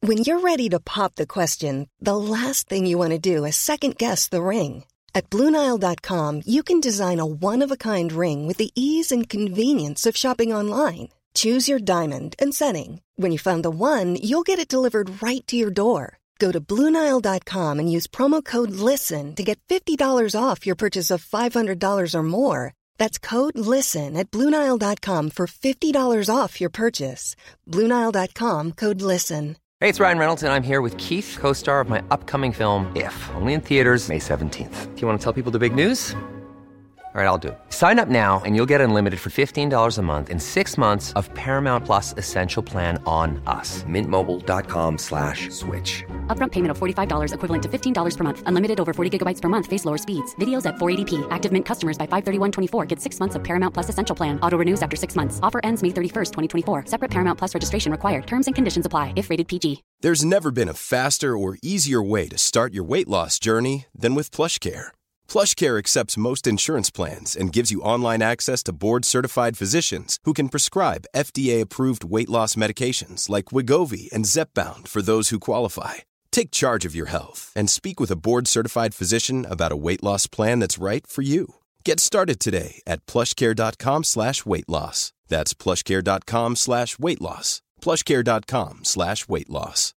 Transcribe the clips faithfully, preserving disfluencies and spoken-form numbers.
When you're ready to pop the question, the last thing you want to do is second-guess the ring. At Blue Nile dot com, you can design a one-of-a-kind ring with the ease and convenience of shopping online. Choose your diamond and setting. When you find the one, you'll get it delivered right to your door. Go to Blue Nile dot com and use promo code LISTEN to get fifty dollars off your purchase of five hundred dollars or more. That's code LISTEN at Blue Nile dot com for fifty dollars off your purchase. Blue Nile dot com, code LISTEN. Hey, it's Ryan Reynolds, and I'm here with Keith, co-star of my upcoming film, If, only in theaters May seventeenth. Do you want to tell people the big news? All right, I'll do it. Sign up now and you'll get unlimited for fifteen dollars a month and six months of Paramount Plus Essential Plan on us. Mint Mobile dot com slash switch. Upfront payment of forty-five dollars equivalent to fifteen dollars per month. Unlimited over forty gigabytes per month. Face lower speeds. Videos at four eighty p. Active Mint customers by five thirty-one twenty-four get six months of Paramount Plus Essential Plan. Auto renews after six months. Offer ends May thirty-first, twenty twenty-four. Separate Paramount Plus registration required. Terms and conditions apply if rated P G. There's never been a faster or easier way to start your weight loss journey than with PlushCare. PlushCare accepts most insurance plans and gives you online access to board-certified physicians who can prescribe F D A-approved weight loss medications like Wegovy and Zepbound for those who qualify. Take charge of your health and speak with a board-certified physician about a weight loss plan that's right for you. Get started today at plushcare.com slash weight loss. That's plushcare.com slash weight loss. plushcare.com slash weight loss.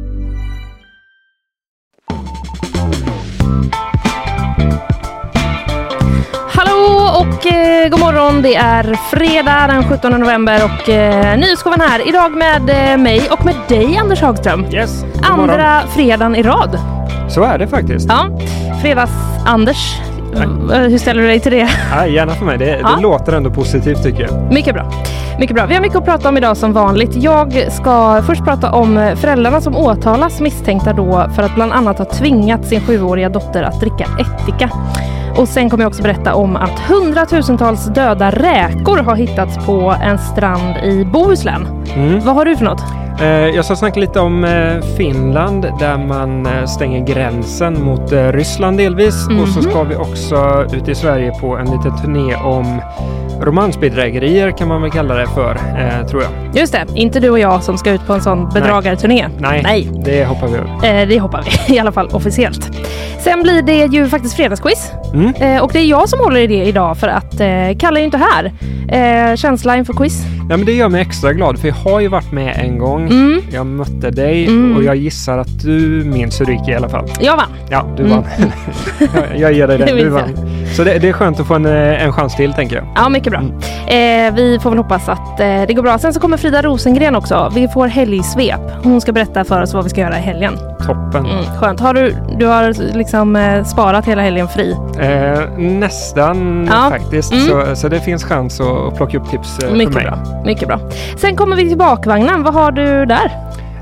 Hallå och eh, god morgon, det är fredag den sjuttonde november och eh, nyhetskovan här idag med eh, mig och med dig Anders Hagström. Yes, andra fredagen i rad. Så är det faktiskt. Ja, fredags Anders. Mm. Hur ställer du dig till det? Ja, gärna för mig, det, ja. det låter ändå positivt tycker jag. Mycket bra. Mycket bra. Vi har mycket att prata om idag som vanligt. Jag ska först prata om föräldrarna som åtalas misstänkta då för att bland annat ha tvingat sin sjuåriga dotter att dricka ättika. Och sen kommer jag också berätta om att hundratusentals döda räkor har hittats på en strand i Bohuslän. Mm. Vad har du för något? Jag ska snacka lite om Finland där man stänger gränsen mot Ryssland delvis. Mm-hmm. Och så ska vi också ut i Sverige på en liten turné om romansbedrägerier kan man väl kalla det för, eh, tror jag. Just det, inte du och jag som ska ut på en sån bedragarturné. Nej, Nej. det hoppar vi över. Eh, det hoppar vi, i alla fall officiellt. Sen blir det ju faktiskt fredagsquiz. Mm. Eh, och det är jag som håller i det idag för att eh, Kalle är ju inte här. Eh, känsla inför quiz. Ja, men det gör mig extra glad för jag har ju varit med en gång. Mm. Jag mötte dig mm. och jag gissar att du minns hur det gick i alla fall. Jag vann. Ja, du vann. Mm. jag, jag ger dig det, du vann. Så det, det är skönt att få en, en chans till, tänker jag. Ja, mycket bra. Mm. Eh, vi får väl hoppas att eh, det går bra. Sen så kommer Frida Rosengren också. Vi får helgsvep. Hon ska berätta för oss vad vi ska göra i helgen. Toppen. Mm, skönt. Har du, du har liksom eh, sparat hela helgen fri? Eh, nästan ja. faktiskt. Mm. Så, så det finns chans att, att plocka upp tips eh, mycket för mig. Bra. Mycket bra. Sen kommer vi till bakvagnen. Vad har du där?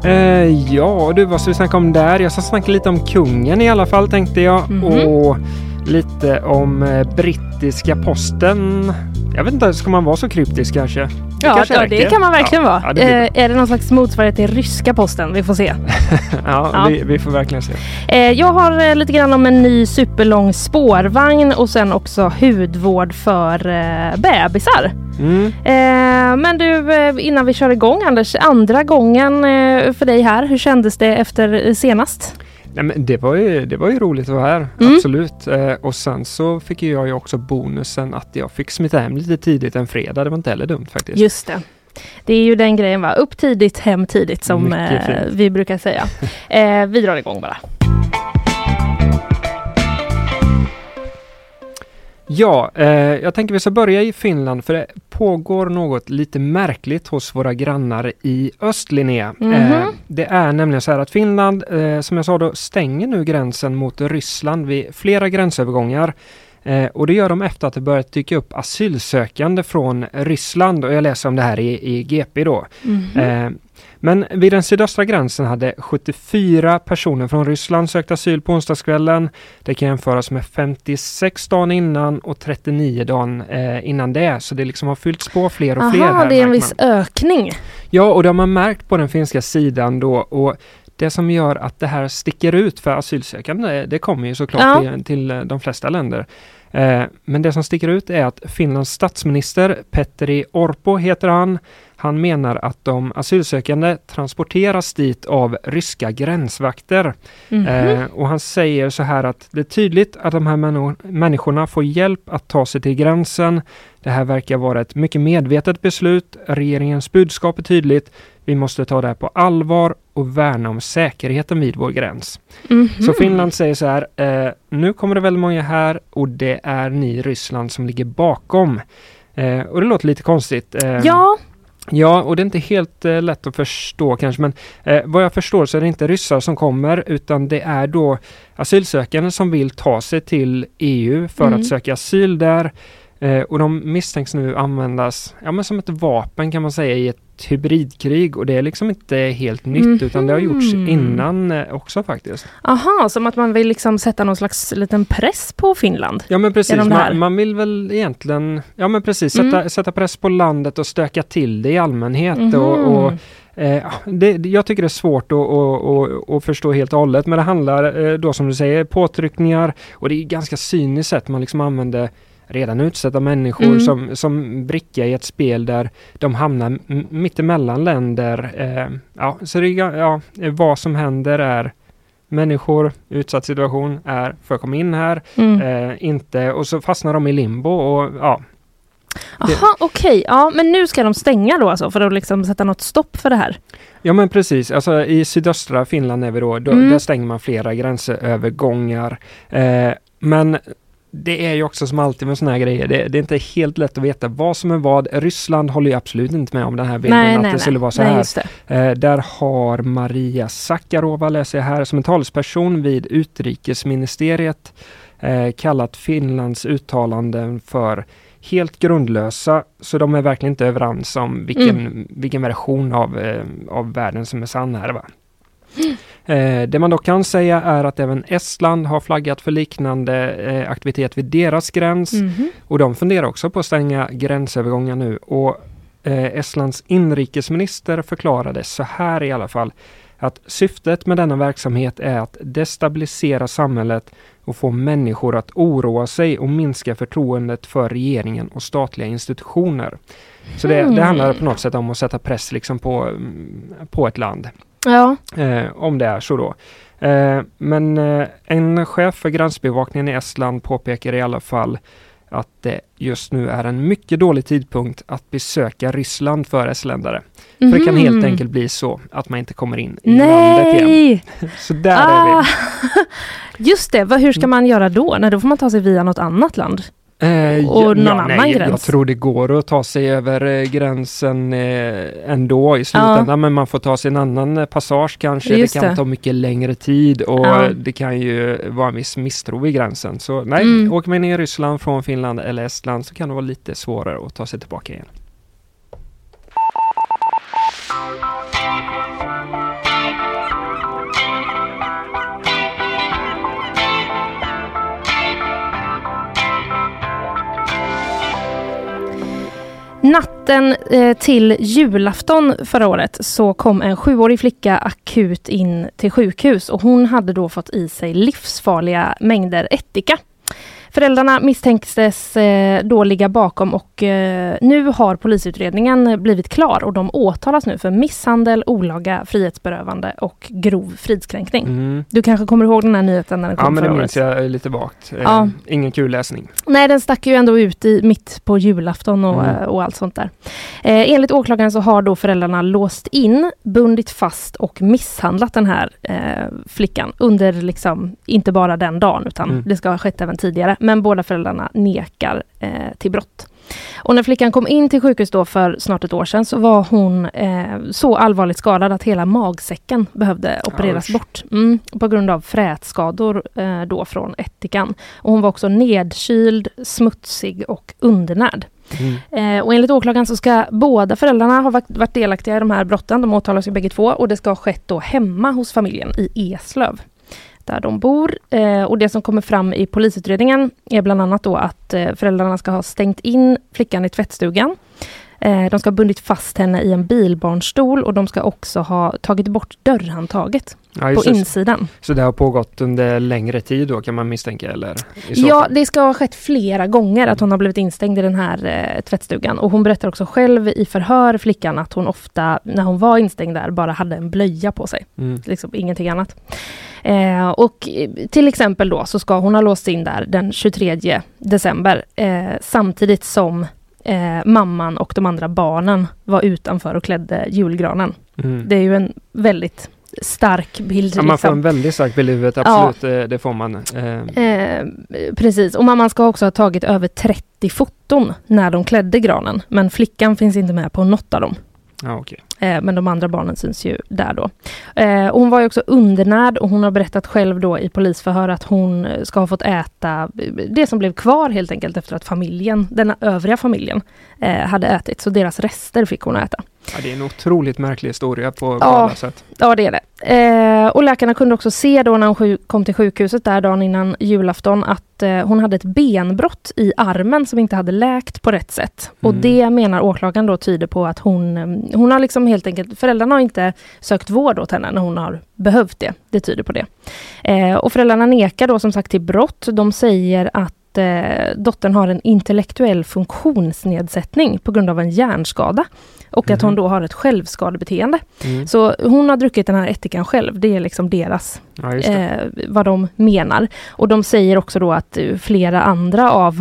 Eh, ja, du, vad ska vi snacka om där? Jag ska snacka lite om kungen i alla fall, tänkte jag. Mm-hmm. Och lite om eh, brittiska posten. Jag vet inte, ska man vara så kryptisk kanske? Det ja, kanske ja det kan man verkligen ja. vara. Ja, det eh, är det någon slags motsvarighet till ryska posten? Vi får se. ja, ja. Vi, vi får verkligen se. Eh, jag har eh, lite grann om en ny superlång spårvagn och sen också hudvård för eh, bebisar. Mm. Eh, men du, eh, innan vi kör igång Anders, andra gången eh, för dig här, hur kändes det efter senast? Nej, men det var ju, det var ju roligt att vara här, mm. absolut. Eh, och sen så fick jag ju också bonusen att jag fick smita hem lite tidigt en fredag. Det var inte heller dumt faktiskt. Just det. Det är ju den grejen, va? Upp tidigt, hem tidigt som eh, vi brukar säga. eh, vi drar igång bara. Ja, eh, jag tänker vi ska börja i Finland för det pågår något lite märkligt hos våra grannar i öst, Linnea. Mm-hmm. Eh, det är nämligen så här att Finland, eh, som jag sa då, stänger nu gränsen mot Ryssland vid flera gränsövergångar. Eh, och det gör de efter att det börjat dyka upp asylsökande från Ryssland. Och jag läser om det här i, i G P då. Mm-hmm. Eh, Men vid den sydöstra gränsen hade sjuttiofyra personer från Ryssland sökt asyl på onsdagskvällen. Det kan jämföras med femtiosex dagen innan och trettionio dagen eh, innan det. Så det liksom har fyllts på fler och Aha, fler här. Det är en viss ökning. Ja, och det har man märkt på den finska sidan då. Och det som gör att det här sticker ut för asylsökande, det kommer ju såklart ja. till, till de flesta länder. Eh, men det som sticker ut är att Finlands statsminister Petteri Orpo heter han. Han menar att de asylsökande transporteras dit av ryska gränsvakter. Mm-hmm. Eh, och han säger så här att det är tydligt att de här männo- människorna får hjälp att ta sig till gränsen. Det här verkar vara ett mycket medvetet beslut. Regeringens budskap är tydligt. Vi måste ta det här på allvar och värna om säkerheten vid vår gräns. Mm-hmm. Så Finland säger så här, eh, nu kommer det väldigt många här och det är ni Ryssland som ligger bakom. Eh, och det låter lite konstigt. Eh, ja. Ja, och det är inte helt eh, lätt att förstå kanske, men eh, vad jag förstår så är det inte ryssar som kommer, utan det är då asylsökande som vill ta sig till E U för mm. att söka asyl där. Eh, och de misstänks nu användas ja, men som ett vapen kan man säga i ett hybridkrig, och det är liksom inte helt nytt mm-hmm. utan det har gjorts innan eh, också faktiskt. Aha, som att man vill liksom sätta någon slags liten press på Finland. Ja men precis, man, man vill väl egentligen ja men precis sätta, mm. sätta press på landet och stöka till det i allmänhet mm-hmm. och, och eh, det, jag tycker det är svårt att, att, att, att förstå helt och hållet, men det handlar eh, då som du säger påtryckningar, och det är ganska cyniskt sätt man liksom använder redan utsatta människor mm. som, som bricka i ett spel där de hamnar m- mitt emellan länder. Eh, ja, så det, ja, vad som händer är människor, utsatt situation är för att komma in här, mm. eh, inte, och så fastnar de i limbo och ja. Jaha, okej. Okay. Ja, men nu ska de stänga då alltså för att liksom sätta något stopp för det här. Ja men precis, alltså i sydöstra Finland är vi då, då mm. där stänger man flera gränsövergångar. Eh, men det är ju också som alltid med såna här grejer. Det, det är inte helt lätt att veta vad som är vad. Ryssland håller ju absolut inte med om den här bilden. Nej, att nej, det skulle vara så nej, här. Eh, där har Maria Sakarova, läser jag här, som en talesperson vid utrikesministeriet eh, kallat Finlands uttalanden för helt grundlösa. Så de är verkligen inte överens om vilken, mm. vilken version av, eh, av världen som är sann här, va? Mm. Eh, det man då kan säga är att även Estland har flaggat för liknande eh, aktivitet vid deras gräns. Mm-hmm. Och de funderar också på att stänga gränsövergångar nu. Och eh, Estlands inrikesminister förklarade så här i alla fall, att syftet med denna verksamhet är att destabilisera samhället och få människor att oroa sig och minska förtroendet för regeringen och statliga institutioner. Så det, det handlar på något sätt om att sätta press liksom på, på ett land. Ja. Eh, om det är så då. Eh, men eh, en chef för gränsbevakningen i Estland påpekar i alla fall att det just nu är en mycket dålig tidpunkt att besöka Ryssland för estländare. Mm. För det kan helt enkelt bli så att man inte kommer in i Nej. landet igen. Så där ah. är vi. Just det, hur ska man göra då? Nej, då får man ta sig via något annat land. Eh, och någon ja, annan nej, gräns. Jag tror det går att ta sig över eh, gränsen eh, ändå i slutändan, ja. Men man får ta sig en annan eh, passage kanske. Just det kan det. ta mycket längre tid och ja. det kan ju vara en viss misstro vid gränsen. Så nej, mm. åker man ner i Ryssland från Finland eller Estland så kan det vara lite svårare att ta sig tillbaka igen. Natten eh, till julafton förra året så kom en sjuårig flicka akut in till sjukhus och hon hade då fått i sig livsfarliga mängder ättika. Föräldrarna misstänktes eh, då ligga bakom och eh, nu har polisutredningen blivit klar och de åtalas nu för misshandel, olaga frihetsberövande och grov fridskränkning. Mm. Du kanske kommer ihåg den här nyheten när den kom Ja, men förra det året. minns jag lite vagt. Eh, ja. Ingen kul läsning. Nej, den stack ju ändå ut i, mitt på julafton och, mm. och allt sånt där. Eh, enligt åklagaren så har då föräldrarna låst in, bundit fast och misshandlat den här eh, flickan under liksom, inte bara den dagen utan mm. det ska ha skett även tidigare. Men båda föräldrarna nekar eh, till brott. Och när flickan kom in till sjukhus då för snart ett år sedan så var hon eh, så allvarligt skadad att hela magsäcken behövde opereras Ouch. bort. Mm, på grund av frätskador eh, då från ättikan. Och hon var också nedkyld, smutsig och undernärd. Mm. Eh, och enligt åklagaren så ska båda föräldrarna ha varit, varit delaktiga i de här brotten. De åtalas ju bägge två och det ska ha skett då hemma hos familjen i Eslöv. Där de bor. Eh, och det som kommer fram i polisutredningen är bland annat då att eh, föräldrarna ska ha stängt in flickan i tvättstugan. Eh, de ska ha bundit fast henne i en bilbarnstol och de ska också ha tagit bort dörrhandtaget ja, på det. insidan. Så det har pågått under längre tid då kan man misstänka? Eller ja, fall? Det ska ha skett flera gånger att hon har blivit instängd i den här eh, tvättstugan. Och hon berättar också själv i förhör, flickan, att hon ofta när hon var instängd där bara hade en blöja på sig. Mm. Liksom ingenting annat. Eh, och till exempel då så ska hon ha låst in där den tjugotredje december eh, samtidigt som eh, mamman och de andra barnen var utanför och klädde julgranen. Mm. Det är ju en väldigt stark bild. Ja, man liksom. får en väldigt stark bild i huvudet, absolut, ja. det, det får man. Eh. Eh, precis, och mamman ska också ha tagit över trettio foton när de klädde granen, men flickan finns inte med på något av dem. Ja, okay. eh, men de andra barnen syns ju där då. Eh, och hon var ju också undernärd och hon har berättat själv då i polisförhör att hon ska ha fått äta det som blev kvar helt enkelt efter att familjen, den övriga familjen eh, hade ätit, så deras rester fick hon äta. Ja, det är en otroligt märklig historia på, på ja, alla sätt. Ja, det är det. Eh, och läkarna kunde också se då när hon sjuk- kom till sjukhuset där dagen innan julafton att eh, hon hade ett benbrott i armen som inte hade läkt på rätt sätt. Mm. Och det menar åklagaren då tyder på att hon, hon har liksom helt enkelt, föräldrarna har inte sökt vård åt henne när hon har behövt det. Det tyder på det. Eh, och föräldrarna nekar då som sagt till brott. De säger att eh, dottern har en intellektuell funktionsnedsättning på grund av en hjärnskada. Och mm. att hon då har ett självskadebeteende. Mm. Så hon har druckit den här ättikan själv. Det är liksom deras, ja, eh, vad de menar. Och de säger också då att flera andra av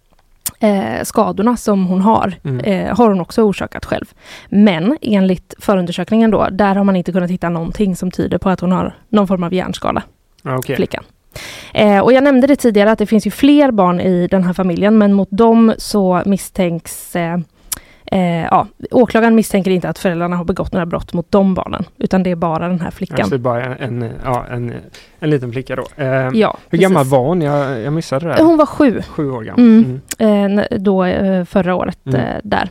eh, skadorna som hon har, mm. eh, har hon också orsakat själv. Men enligt förundersökningen då, där har man inte kunnat hitta någonting som tyder på att hon har någon form av hjärnskada. Okay. Flickan. Eh, och jag nämnde det tidigare att det finns ju fler barn i den här familjen, men mot dem så misstänks... Eh, Eh, ja, åklagaren misstänker inte att föräldrarna har begått några brott mot de barnen, utan det är bara den här flickan. Alltså bara en, en, ja, en, en liten flicka då. Eh, ja, hur gammal var hon? Jag, jag missade det. Hon var sju. Sju år gammal. Mm. Mm. Eh, då eh, förra året mm. eh, där.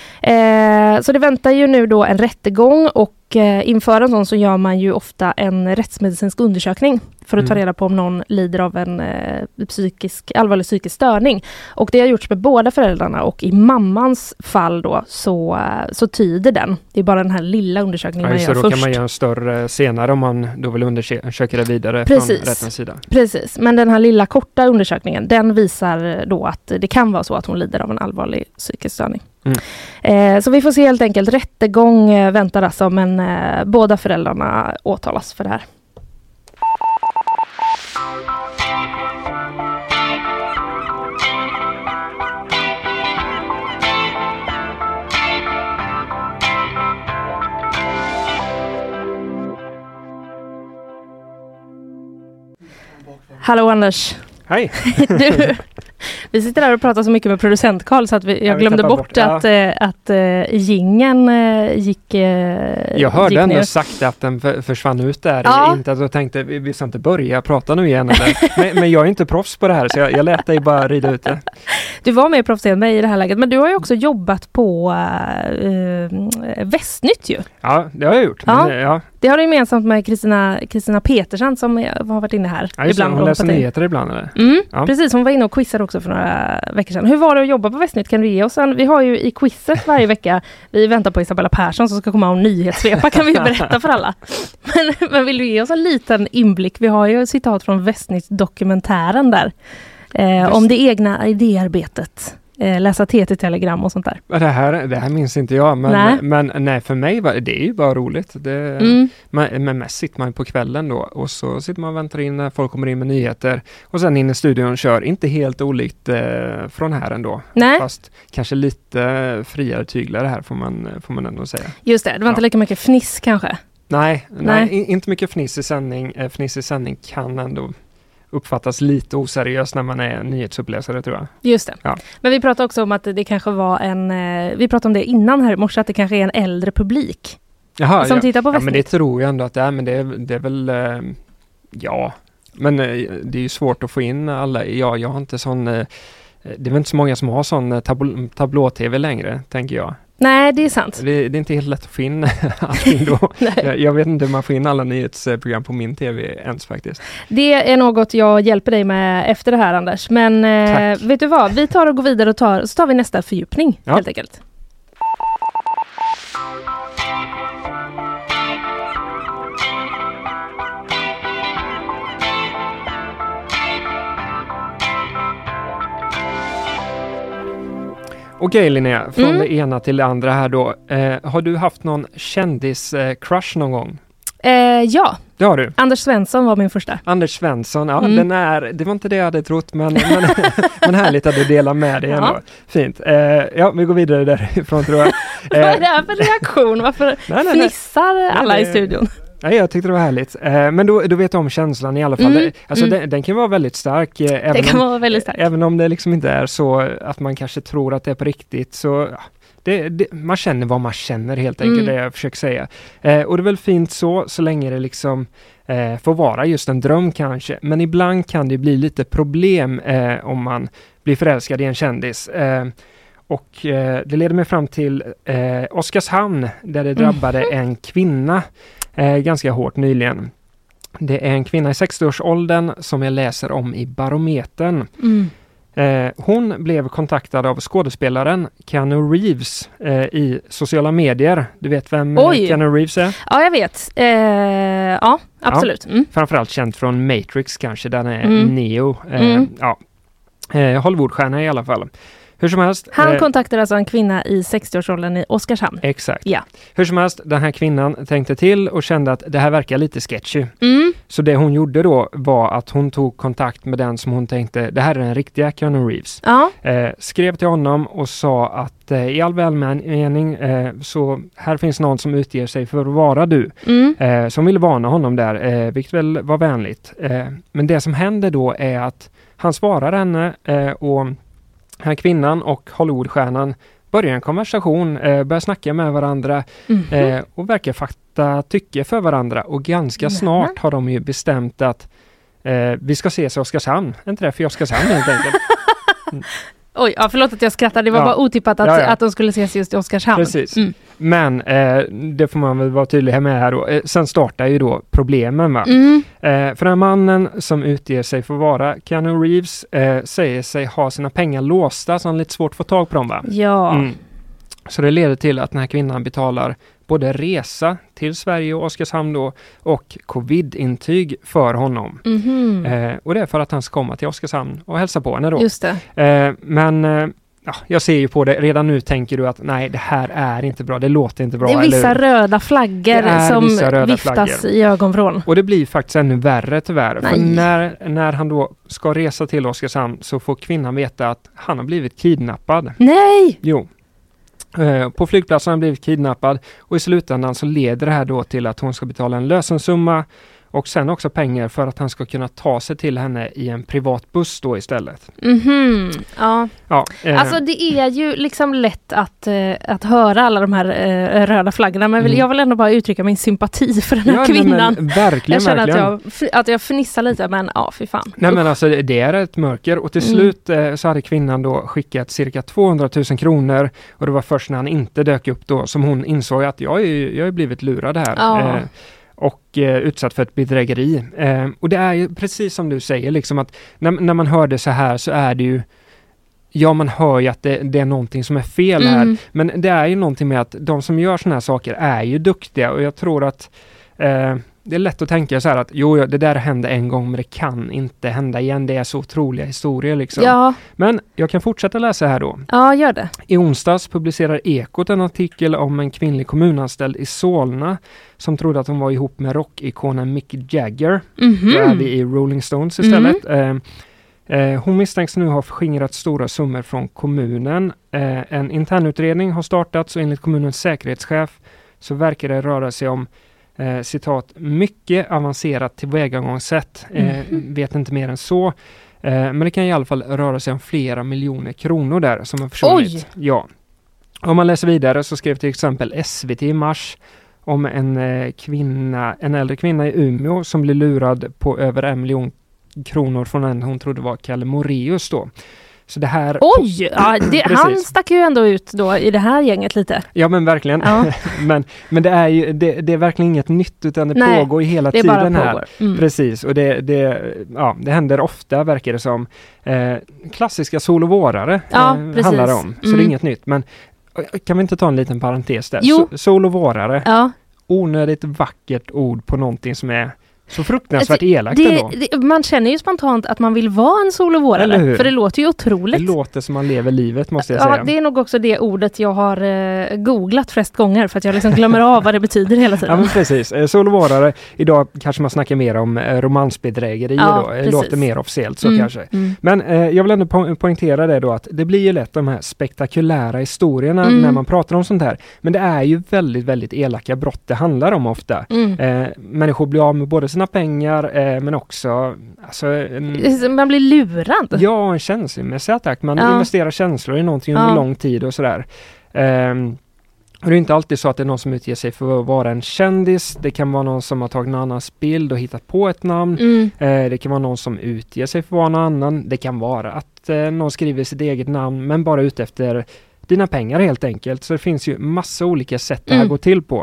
Eh, så det väntar ju nu då en rättegång och eh, inför en sån så gör man ju ofta en rättsmedicinsk undersökning för att mm. ta reda på om någon lider av en eh, psykisk, allvarlig psykisk störning. Och det har gjorts med båda föräldrarna och i mammans fall då så, så tyder den. Det är bara den här lilla undersökningen ja, man gör då först. Då kan man göra en större senare om man då vill undersöka det vidare Precis. Från rättens sida. Precis, men den här lilla korta undersökningen den visar då att det kan vara så att hon lider av en allvarlig psykisk störning. Mm. Eh, så vi får se helt enkelt. Rättegång eh, väntar alltså, men eh, båda föräldrarna åtalas för det här. Hallå Anders. Hej. Du, vi sitter där och pratar så mycket med producent Karl så att vi, jag ja, glömde bort, bort att, ja. äh, att äh, gingen äh, gick äh, Jag hörde gick ändå ner. sagt att den f- försvann ut där. Ja. Inte att jag tänkte vi, vi ska inte börja prata nu igen. Eller. men, men jag är inte proffs på det här så jag, jag lät dig bara rida ut det. Du var mer proffs än mig i det här läget, men du har ju också jobbat på äh, Västnytt ju. Ja, det har jag gjort. Ja. Men, ja. Det har du gemensamt med Kristina, Kristina Petersen som har varit inne här. Ja, ibland hon läser nyheter ibland eller? Mm, ja. Precis, hon var inne och quizade också för några veckor sedan. Hur var det att jobba på Västnytt? Kan du ge oss en? Vi har ju i quizet varje vecka, vi väntar på Isabella Persson som ska komma och nyhetssvepa, kan vi berätta för alla. Men, men vill du ge oss en liten inblick? Vi har ju citat från Västnytt-dokumentären där. Eh, om det egna idéarbetet. Eh, läsa T T-telegram och sånt där. Det här, det här minns inte jag, men nej, men, nej för mig var det är ju bara roligt. Det, mm. man, men mest sitter man på kvällen då och så sitter man och väntar in när folk kommer in med nyheter och sen in i studion och kör. Inte helt olikt eh, från här ändå. Nej. Fast kanske lite friare tyglar här får man, får man ändå säga. Just det, det var ja. inte lika mycket fniss kanske? Nej, nej. nej inte mycket fniss i sändning. Eh, fniss i sändning kan ändå uppfattas lite oseriöst när man är nyhetsuppläsare, tror jag. Just det. Ja. Men vi pratade också om att det kanske var en... Vi pratade om det innan här i morse, att det kanske är en äldre publik. Jaha, som ja. tittar på Västnytt. Ja, men det tror jag ändå att det är, men det är, det är väl... Eh, ja, men eh, det är ju svårt att få in alla. Ja, jag har inte sån... Eh, det är väl inte så många som har sån tabl- tablå-tv längre, tänker jag. Nej, det är sant. Det, det är inte helt lätt att få in allting då. jag, jag vet inte hur man får in alla nyhetsprogram på min tv ens faktiskt. Det är något jag hjälper dig med efter det här, Anders. Men eh, vet du vad? Vi tar och går vidare och tar, så tar vi nästa fördjupning, ja. helt enkelt. Okej Linnea, från Mm. det ena till det andra här då. Eh, har du haft någon kändis-crush någon gång? Eh, ja, Det har du. Anders Svensson var min första. Anders Svensson, ja Mm. den är, det var inte det jag hade trott, men, men, men härligt att du delar med dig ändå. Ja. Fint. Eh, ja, vi går vidare därifrån tror jag. Eh, Vad är det här för reaktion? Varför nej, nej, nej. fnissar alla Nej, i det- studion? Nej, jag tyckte det var härligt. Eh, men då, då vet du om känslan i alla fall. Mm, Det, alltså mm. den, den kan vara väldigt stark. Eh, även Det kan om, vara väldigt starkt. Även om det liksom inte är så att man kanske tror att det är på riktigt, så ja, det, det, man känner vad man känner helt enkelt, Mm. det jag försöker säga. Eh, och det är väl fint så, så länge det liksom eh, får vara just en dröm kanske. Men ibland kan det bli lite problem eh, om man blir förälskad i en kändis. Eh, och eh, det leder mig fram till eh, Oskarshamn, där det drabbade Mhm. en kvinna eh, ganska hårt nyligen. Det är en kvinna i sextio-årsåldern som jag läser om i Barometern. Mm. Eh, hon blev kontaktad av skådespelaren Keanu Reeves eh, i sociala medier. Du vet vem eh, Oj. Keanu Reeves är? Ja, jag vet. Eh, ja, absolut. Mm. Framförallt känd från Matrix kanske, där han är Mm. Neo. Eh, Mm. ja. eh, Hollywoodstjärna i alla fall. Hur som helst. Han eh, kontaktade alltså en kvinna i sextio-årsåldern i Oskarshamn. Exakt. Ja. Hur som helst, den här kvinnan tänkte till och kände att det här verkar lite sketchy. Mm. Så det hon gjorde då var att hon tog kontakt med den som hon tänkte, det här är den riktiga Keanu Reeves. Ja. Eh, skrev till honom och sa att eh, i all välmening eh, så här finns någon som utger sig för att vara du. Mm. Eh, som ville varna honom där, eh, vilket väl var vänligt. Eh, men det som händer då är att han svarar henne eh, och den här kvinnan och Hollywoodstjärnan börjar en konversation, eh, börjar snacka med varandra Mhm. eh, och verkar fatta tycke för varandra. Och ganska Nämen. snart har de ju bestämt att eh, vi ska ses i Oskarshamn. En träff i Oskarshamn helt enkelt. Oj, ja, förlåt att jag skrattar. Det var Ja. bara otippat att, Ja, ja. att de skulle ses just i Oskarshamn. Precis. Mm. Men eh, det får man väl vara tydlig med här då. Eh, sen startar ju då problemen va. Mm. Eh, för den här mannen som utger sig för att vara Keanu Reeves eh, säger sig ha sina pengar låsta, så han är lite svårt att få tag på dem va. Ja. Mm. Så det leder till att den här kvinnan betalar både resa till Sverige och Oskarshamn då och covid-intyg för honom. Mhm. Eh, och det är för att han ska komma till Oskarshamn och hälsa på henne då. Just det. Eh, men eh, ja, jag ser ju på det, redan nu tänker du att nej, det här är inte bra, det låter inte bra. Det är vissa eller? röda flaggor Det är som vissa röda viftas flaggor. i ögonvrån. Och det blir faktiskt ännu värre tyvärr. För Nej. när, när han då ska resa till Oskarshamn så får kvinnan veta att han har blivit kidnappad. Nej! Jo. Eh, på flygplatsen har han blivit kidnappad och i slutändan så leder det här då till att hon ska betala en lösensumma och sen också pengar för att han ska kunna ta sig till henne i en privat buss då istället. Mhm. Ja. Ja, eh, Alltså det är ju liksom lätt att, eh, att höra alla de här eh, röda flaggorna, men vill, Mm. jag vill ändå bara uttrycka min sympati för den här ja, nej, kvinnan. men verkligen, Jag känner verkligen. att jag, f- att jag fnissar lite, men ja, fy fan. Nej men alltså det är ett mörker och till Mm. slut eh, så hade kvinnan då skickat cirka tvåhundratusen kronor och det var först när han inte dök upp då som hon insåg att jag är, ju- jag är blivit lurad här. Ja. Eh, och eh, utsatt för ett bedrägeri. Eh, och det är ju precis som du säger liksom att när, när man hör det så här så är det ju ja, man hör ju att det, det är någonting som är fel här. Mm. Men det är ju någonting med att de som gör såna här saker är ju duktiga och jag tror att eh, det är lätt att tänka så här att jo, ja, det där hände en gång men det kan inte hända igen. Det är så otroliga historier liksom. Ja, Men jag kan fortsätta läsa här då. ja, gör det. I onsdags publicerar Ekot en artikel om en kvinnlig kommunanställd i Solna som trodde att hon var ihop med rockikonen Mick Jagger. Mhm. Då är vi i Rolling Stones istället. Eh, eh, hon misstänks nu ha förskingrat stora summor från kommunen. Eh, en internutredning har startats och enligt kommunens säkerhetschef så verkar det röra sig om eh, citat, mycket avancerat tillvägagångssätt. Eh, vet inte mer än så. Eh, men det kan i alla fall röra sig om flera miljoner kronor där som har försvunnit. Oj! Ja. Om man läser vidare så skrev till exempel S V T i mars om en eh, kvinna, en äldre kvinna i Umeå som blev lurad på över en miljon kronor från en hon trodde var Kalle Moraeus då. Så det här... Oj! Ja, det, Precis. han stack ju ändå ut då i det här gänget lite. Ja men verkligen. Ja. men men det är ju det, det är verkligen inget nytt utan det Nej, pågår ju hela Det är tiden bara här. pågår. Mm. Precis och det, det, ja, det händer ofta verkar det som. Eh, klassiska sol- och vårare Ja, eh, precis. handlar det om. Så Mm. det är inget nytt. Men eh, kan vi inte ta en liten parentes där? Jo. So- sol- och vårare. Ja, Onödigt vackert ord på någonting som är Så fruktansvärt elakt det, ändå. Det, man känner ju spontant att man vill vara en solovårare. För det låter ju otroligt. Det låter som man lever livet, måste jag ja, säga. Ja, det är nog också det ordet jag har eh, googlat flest gånger. För att jag liksom glömmer av vad det betyder hela tiden. Ja, men precis. Eh, solovårare, idag kanske man snackar mer om eh, romansbedrägerier ja, då. Det låter mer officiellt så mm, kanske. Mm. Men eh, jag vill ändå po- poängtera det då att det blir ju lätt de här spektakulära historierna mm. när man pratar om sånt här. Men det är ju väldigt, väldigt elaka brott det handlar om ofta. Mm. Eh, människor blir av med både sina pengar eh, men också alltså, en, man blir lurad. Ja, en känslomässig attack. Man ja. investerar känslor i någonting under ja. lång tid och sådär. Eh, och det är inte alltid så att det är någon som utger sig för att vara en kändis. Det kan vara någon som har tagit en annans bild och hittat på ett namn. Mm. Eh, det kan vara någon som utger sig för att vara någon annan. Det kan vara att eh, någon skriver sitt eget namn men bara ut efter dina pengar helt enkelt. Så det finns ju massa olika sätt det här mm. går till på.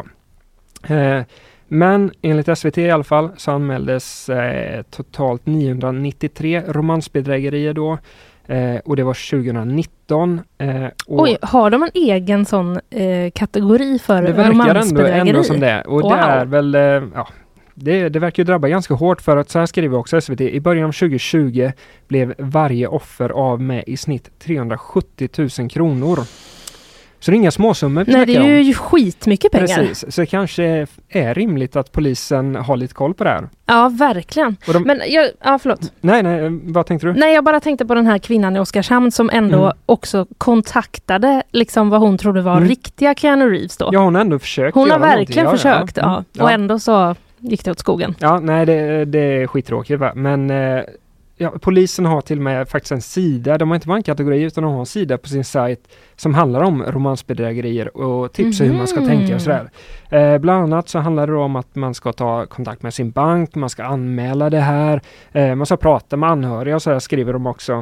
Eh, men enligt S V T i alla fall så anmäldes eh, totalt niohundranittiotre romansbedrägerier då. Eh, och det var tjugonitton. Eh, och Oj, har de en egen sån eh, kategori för romansbedrägerier? Det verkar ändå, ändå som det. Och wow. det är väl... Eh, ja, det, det verkar ju drabba ganska hårt för att så här skriver också S V T. I början av tjugohundratjugo blev varje offer av med i snitt trehundrasjuttio tusen kronor. Så det är inga småsummor. Nej, det är ju skitmycket pengar. Precis, så det kanske är rimligt att polisen har lite koll på det här. Ja, verkligen. De, Men jag, ja, förlåt. Nej, nej, vad tänkte du? Nej, jag bara tänkte på den här kvinnan i Oskarshamn som ändå mm. också kontaktade liksom vad hon trodde var mm. riktiga Keanu Reeves då. Ja, hon har ändå försökt. Hon har verkligen ja, försökt, ja. ja. Och ändå så gick det åt skogen. Ja, nej, det, det är skittråkigt va. Men... Eh, Ja, polisen har till och med faktiskt en sida, de har inte bara en kategori utan de har en sida på sin sajt som handlar om romansbedrägerier och tips mm. hur man ska tänka och sådär. Eh, bland annat så handlar det om att man ska ta kontakt med sin bank, man ska anmäla det här, eh, man ska prata med anhöriga och sådär skriver de också.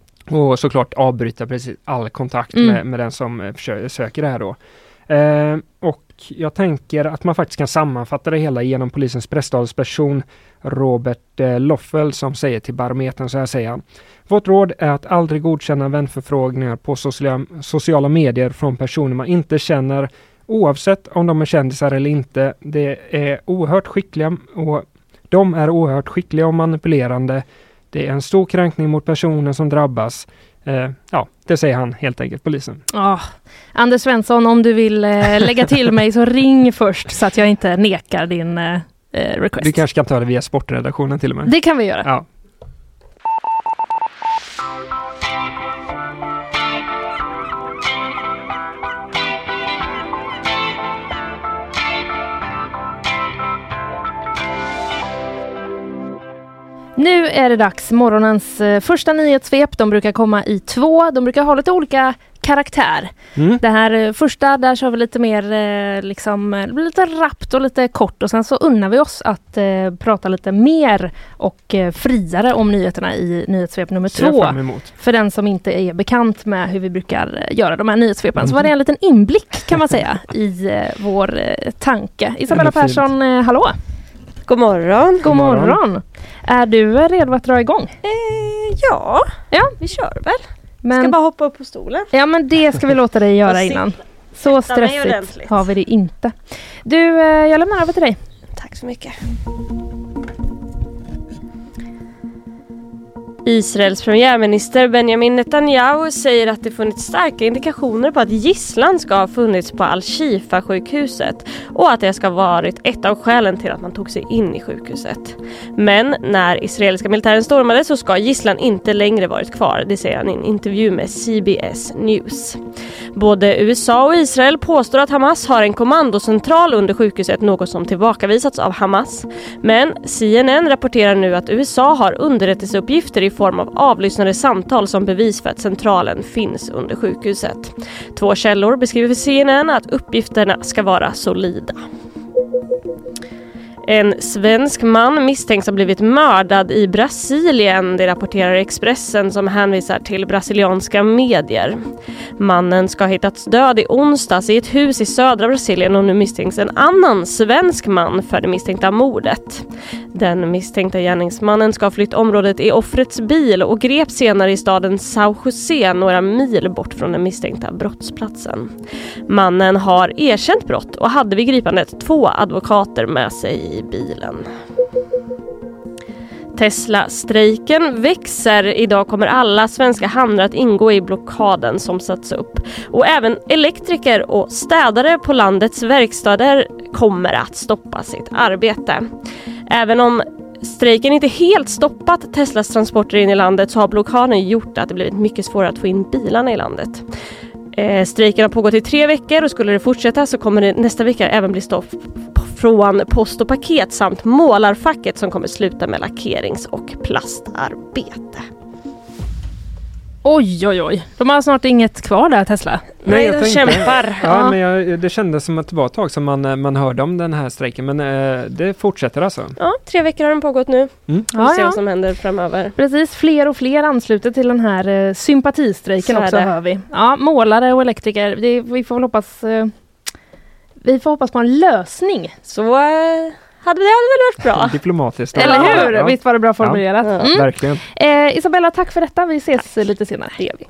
Och såklart avbryta precis all kontakt mm. med, med den som eh, försöker, söker det här då. Eh, och jag tänker att man faktiskt kan sammanfatta det hela genom polisens presstalsperson Robert eh, Loffel som säger till Barometern så här säger han. Vårt råd är att aldrig godkänna vänförfrågningar på sociala, sociala medier från personer man inte känner oavsett om de är kändisar eller inte. Det är oerhört skickliga och de är oerhört skickliga och manipulerande. Det är en stor kränkning mot personen som drabbas. Eh, ja, det säger han helt enkelt, polisen. Oh, Anders Svensson, om du vill eh, lägga till mig så ring först så att jag inte nekar din eh, request. Vi kanske kan ta det via sportredaktionen till och med. Det kan vi göra. Ja. Nu är det dags. Morgonens eh, första nyhetssvep. De brukar komma i två. De brukar ha lite olika karaktär. Mm. Det här eh, första, där kör vi lite mer eh, liksom, lite rappt och lite kort. Och sen så unnar vi oss att eh, prata lite mer och eh, friare om nyheterna i nyhetssvep nummer två. För den som inte är bekant med hur vi brukar göra de här nyhetssvepen. Mm. Så var det en liten inblick kan man säga i eh, vår eh, tanke. Isabella Persson, eh, hallå! God morgon. God morgon. Är du redo att dra igång? Eh, ja. ja, vi kör väl. Men, ska bara hoppa upp på stolen. Ja, men det ska vi låta dig göra innan. Så stressigt har vi det inte. Du, jag lämnar över till dig. Tack så mycket. Israels premiärminister Benjamin Netanyahu säger att det funnits starka indikationer på att gisslan ska ha funnits på Al-Shifa-sjukhuset och att det ska ha varit ett av skälen till att man tog sig in i sjukhuset. Men när israeliska militären stormade så ska gisslan inte längre varit kvar, det säger han i en intervju med C B S News. Både U S A och Israel påstår att Hamas har en kommandocentral under sjukhuset, något som tillbakavisats av Hamas. Men C N N rapporterar nu att U S A har underrättelseuppgifter i form av avlyssnade samtal som bevis för att centralen finns under sjukhuset. Två källor beskriver för C N N att uppgifterna ska vara solida. En svensk man misstänks ha blivit mördad i Brasilien, det rapporterar Expressen som hänvisar till brasilianska medier. Mannen ska ha hittats död i onsdags i ett hus i södra Brasilien och nu misstänks en annan svensk man för det misstänkta mordet. Den misstänkta gärningsmannen ska ha flytt området i offrets bil och grep senare i staden São José några mil bort från den misstänkta brottsplatsen. Mannen har erkänt brott och hade vid gripandet två advokater med sig i bilen. Tesla-strejken växer. Idag kommer alla svenska hamnar att ingå i blockaden som satts upp. Och även elektriker och städare på landets verkstäder kommer att stoppa sitt arbete. Även om strejken inte helt stoppat Teslas transporter in i landet så har blockaden gjort att det blivit mycket svårare att få in bilarna i landet. Eh, strejken har pågått i tre veckor och skulle det fortsätta så kommer det nästa vecka även bli stopp från post och paket samt målarfacket som kommer sluta med lackerings- och plastarbete. Oj, oj, oj. De har snart inget kvar där, Tesla. Nej, jag de tänkte, kämpar. Ja, Ja. men jag, det kändes som att det var ett tag som man, man hörde om den här strejken. Men eh, det fortsätter alltså. Ja, tre veckor har den pågått nu. Mm. Vi Ja, ser ja. vad som händer framöver. Precis, fler och fler ansluter till den här eh, sympatistrejken Så är också, det. hör vi. Ja, målare och elektriker. Det, vi får väl hoppas... Eh, vi får hoppas på en lösning. Så eh, hade det väl varit bra. Diplomatiskt. Eller hur? Ja, Visst var det bra formulerat? Ja. Mm. verkligen. Eh, Isabella, tack för detta. Vi ses lite senare. Det gör vi.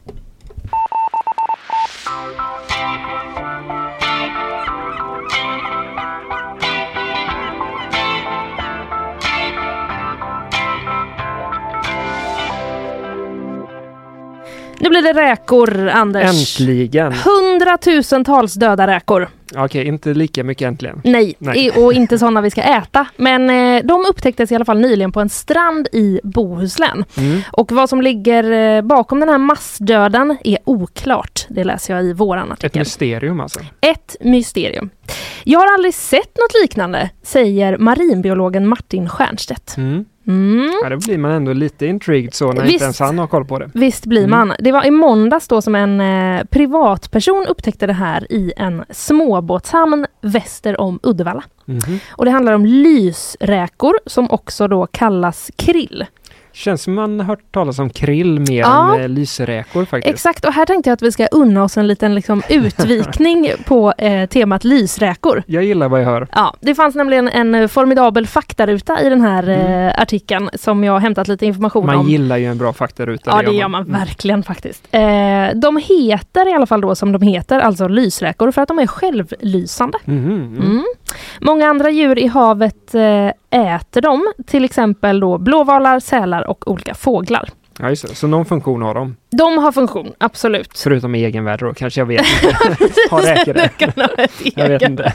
Nu blir det räkor, Anders. Äntligen. Hundratusentals döda räkor. Okej, inte lika mycket äntligen. Nej, Nej. i- och inte sådana vi ska äta. Men eh, de upptäcktes i alla fall nyligen på en strand i Bohuslän. Mm. Och vad som ligger eh, bakom den här massdöden är oklart. Det läser jag i våran Ett artikel. mysterium alltså. Ett mysterium. Jag har aldrig sett något liknande, säger marinbiologen Martin Stjernstedt. Mm. Mm. Ja, då blir man ändå lite intrigued så när Visst. inte ens han har koll på det. Visst blir Mm. man. Det var i måndags då som en eh, privatperson upptäckte det här i en småbåtshamn väster om Uddevalla. Mhm. Och det handlar om lysräkor som också då kallas krill. Känns som man har hört talas om krill mer Ja. än eh, lysräkor faktiskt. Exakt, och här tänkte jag att vi ska unna oss en liten liksom, utvikning på eh, temat lysräkor. Jag gillar vad jag hör. Ja, det fanns nämligen en eh, formidabel faktaruta i den här eh, artikeln som jag har hämtat lite information Man om. gillar ju en bra faktaruta. Ja, det gör man verkligen faktiskt. Eh, de heter i alla fall då som de heter, alltså lysräkor, för att de är självlysande. Mhm, mm. Mm. Många andra djur i havet eh, äter dem, till exempel då blåvalar, sälar och olika fåglar. Ja, just det. Så någon funktion har de. De har funktion, absolut. Förutom egenvärde då, kanske jag vet inte. Har räcker det? Kan ha ett Jag vet egen. inte.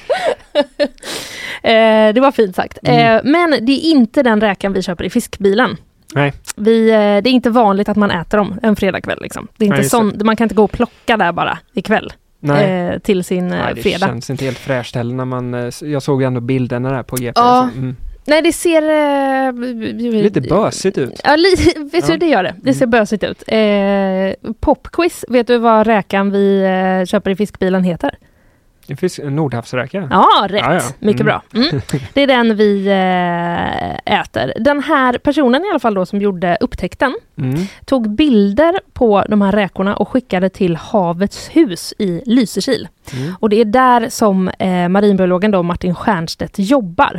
eh, det var fint sagt. Mm. Eh, men det är inte den räkan vi köper i fiskbilen. Nej. Vi, eh, det är inte vanligt att man äter dem en fredagkväll. Liksom. Det är inte Nej, just sån, man kan inte gå och plocka där bara ikväll. Nej. Eh, till sin eh, Nej, det fredag. känns inte helt fräscht heller när man... eh, Jag såg ju ändå bilderna där på G P. Ja. Så, mm. Nej, det ser... Eh, Lite bösigt ut. Ja, li- vet du, Ja. det gör det. Det ser Mm. bösigt ut. Eh, popquiz, vet du vad räkan vi eh, köper i fiskbilen heter? Det finns en nordhavsräka. Ja, rätt. Ja, ja. Mycket Mm. bra. Mm. Det är den vi eh, äter. Den här personen i alla fall då som gjorde upptäckten Mm. tog bilder på de här räkorna och skickade till Havets hus i Lysekil. Mm. Och det är där som eh, marinbiologen då Martin Stjernstedt jobbar.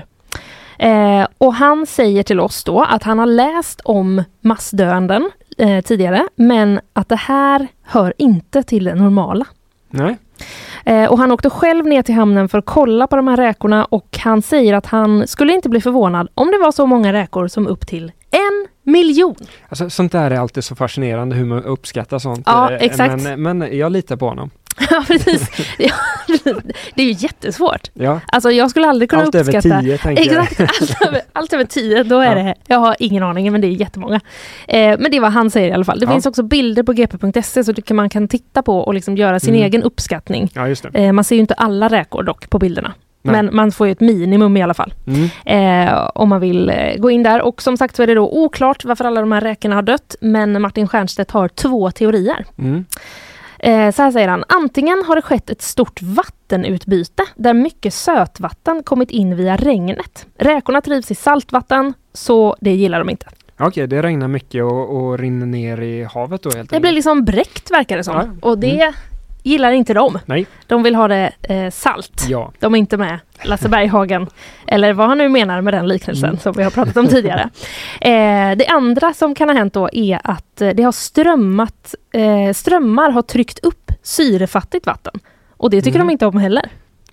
Eh, och han säger till oss då att han har läst om massdöenden eh, tidigare, men att det här hör inte till det normala. Nej. Eh, och han åkte själv ner till hamnen för att kolla på de här räkorna och han säger att han skulle inte bli förvånad om det var så många räkor som upp till en miljon. Alltså, sånt där är alltid så fascinerande hur man uppskattar sånt. Ja, Eh, exakt. Men, men jag litar på honom. Ja, precis. Ja, det är ju jättesvårt. Ja. Alltså jag skulle aldrig kunna Allt uppskatta... över tio tänker jag. Exakt, allt över, allt över tio, då är Ja. det... Jag har ingen aning, men det är jättemånga. Eh, men det var han säger i alla fall. Det Ja. finns också bilder på g p punkt se så det man kan titta på och liksom göra sin Mm. egen uppskattning. Ja, just det. Eh, man ser ju inte alla räkor dock på bilderna. Nej. Men man får ju ett minimum i alla fall. Mm. Eh, om man vill eh, gå in där. Och som sagt så är det då oklart varför alla de här räkorna har dött. Men Martin Stjernstedt har två teorier. Mm. Eh, så här säger han. Antingen har det skett ett stort vattenutbyte där mycket sötvatten kommit in via regnet. Räkorna trivs i saltvatten så det gillar de inte. Okej, det regnar mycket och, och rinner ner i havet då helt Det enkelt. blir liksom bräckt verkar det som. Ja. Och det Mm. gillar inte de. Nej. De vill ha det eh, salt. Ja. De är inte med Lasse Berghagen. Eller vad han nu menar med den liknelsen Mm. som vi har pratat om tidigare. Eh, det andra som kan ha hänt då är att eh, det har strömmat, eh, strömmar har tryckt upp syrefattigt vatten. Och det tycker Mm. de inte om heller.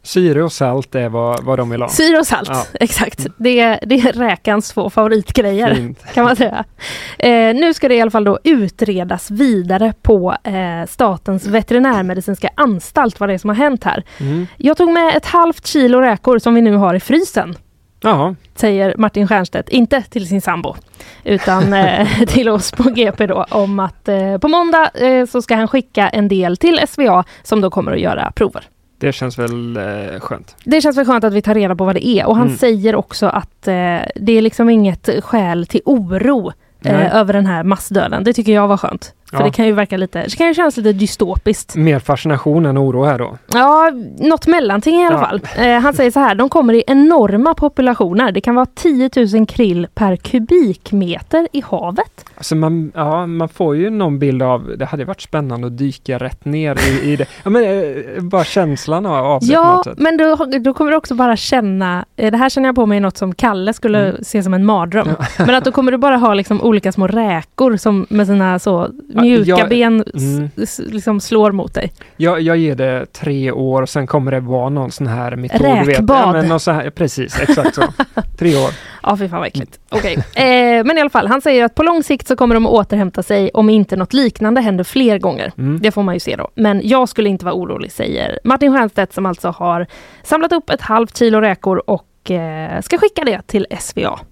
Syre och salt är vad, vad de vill ha. Syre och salt, Ja. exakt. Det är, det är räkans två favoritgrejer, Fint. kan man säga. Eh, nu ska det i alla fall då utredas vidare på eh, Statens veterinärmedicinska anstalt vad det är som har hänt här. Mm. Jag tog med ett halvt kilo räkor som vi nu har i frysen. Jaha. Säger Martin Stiernstedt, inte till sin sambo utan eh, till oss på G P då, om att eh, på måndag eh, så ska han skicka en del till S V A som då kommer att göra prover. Det känns väl eh, skönt. Det känns väl skönt att vi tar reda på vad det är och han Mm. säger också att eh, det är liksom inget skäl till oro Nej. eh, över den här massdöden. Det tycker jag var skönt. För Ja. det kan ju verka lite, det kan ju kännas lite dystopiskt. Mer fascination än oro här då. Ja, något mellanting i alla Ja. fall. Eh, han säger så här, de kommer i enorma populationer. Det kan vara tio tusen krill per kubikmeter i havet. Alltså man, ja, man får ju någon bild av, det hade varit spännande att dyka rätt ner i, i det. Ja, men, eh, bara känslan av, av det på Ja, något sätt. men då, då kommer du också bara känna, eh, det här känner jag på mig något som Kalle skulle Mm. se som en mardröm. Men att då kommer du bara ha liksom olika små räkor som med sina så mjuka jag- ben mm. s- s- liksom slår mot dig. Jag, jag ger det tre år och sen kommer det vara någon sån här metod. du Vet. Räkbad. Ja, men någon så här, precis, exakt så. Tre år. Ja, fy fan vad äckligt. Okej. Eh, men i alla fall, han säger att på lång sikt så kommer de att återhämta sig om inte något liknande händer fler gånger. Mm. Det får man ju se då. Men jag skulle inte vara orolig, säger Martin Stiernstedt som alltså har samlat upp ett halvt kilo räkor och eh, ska skicka det till S V A.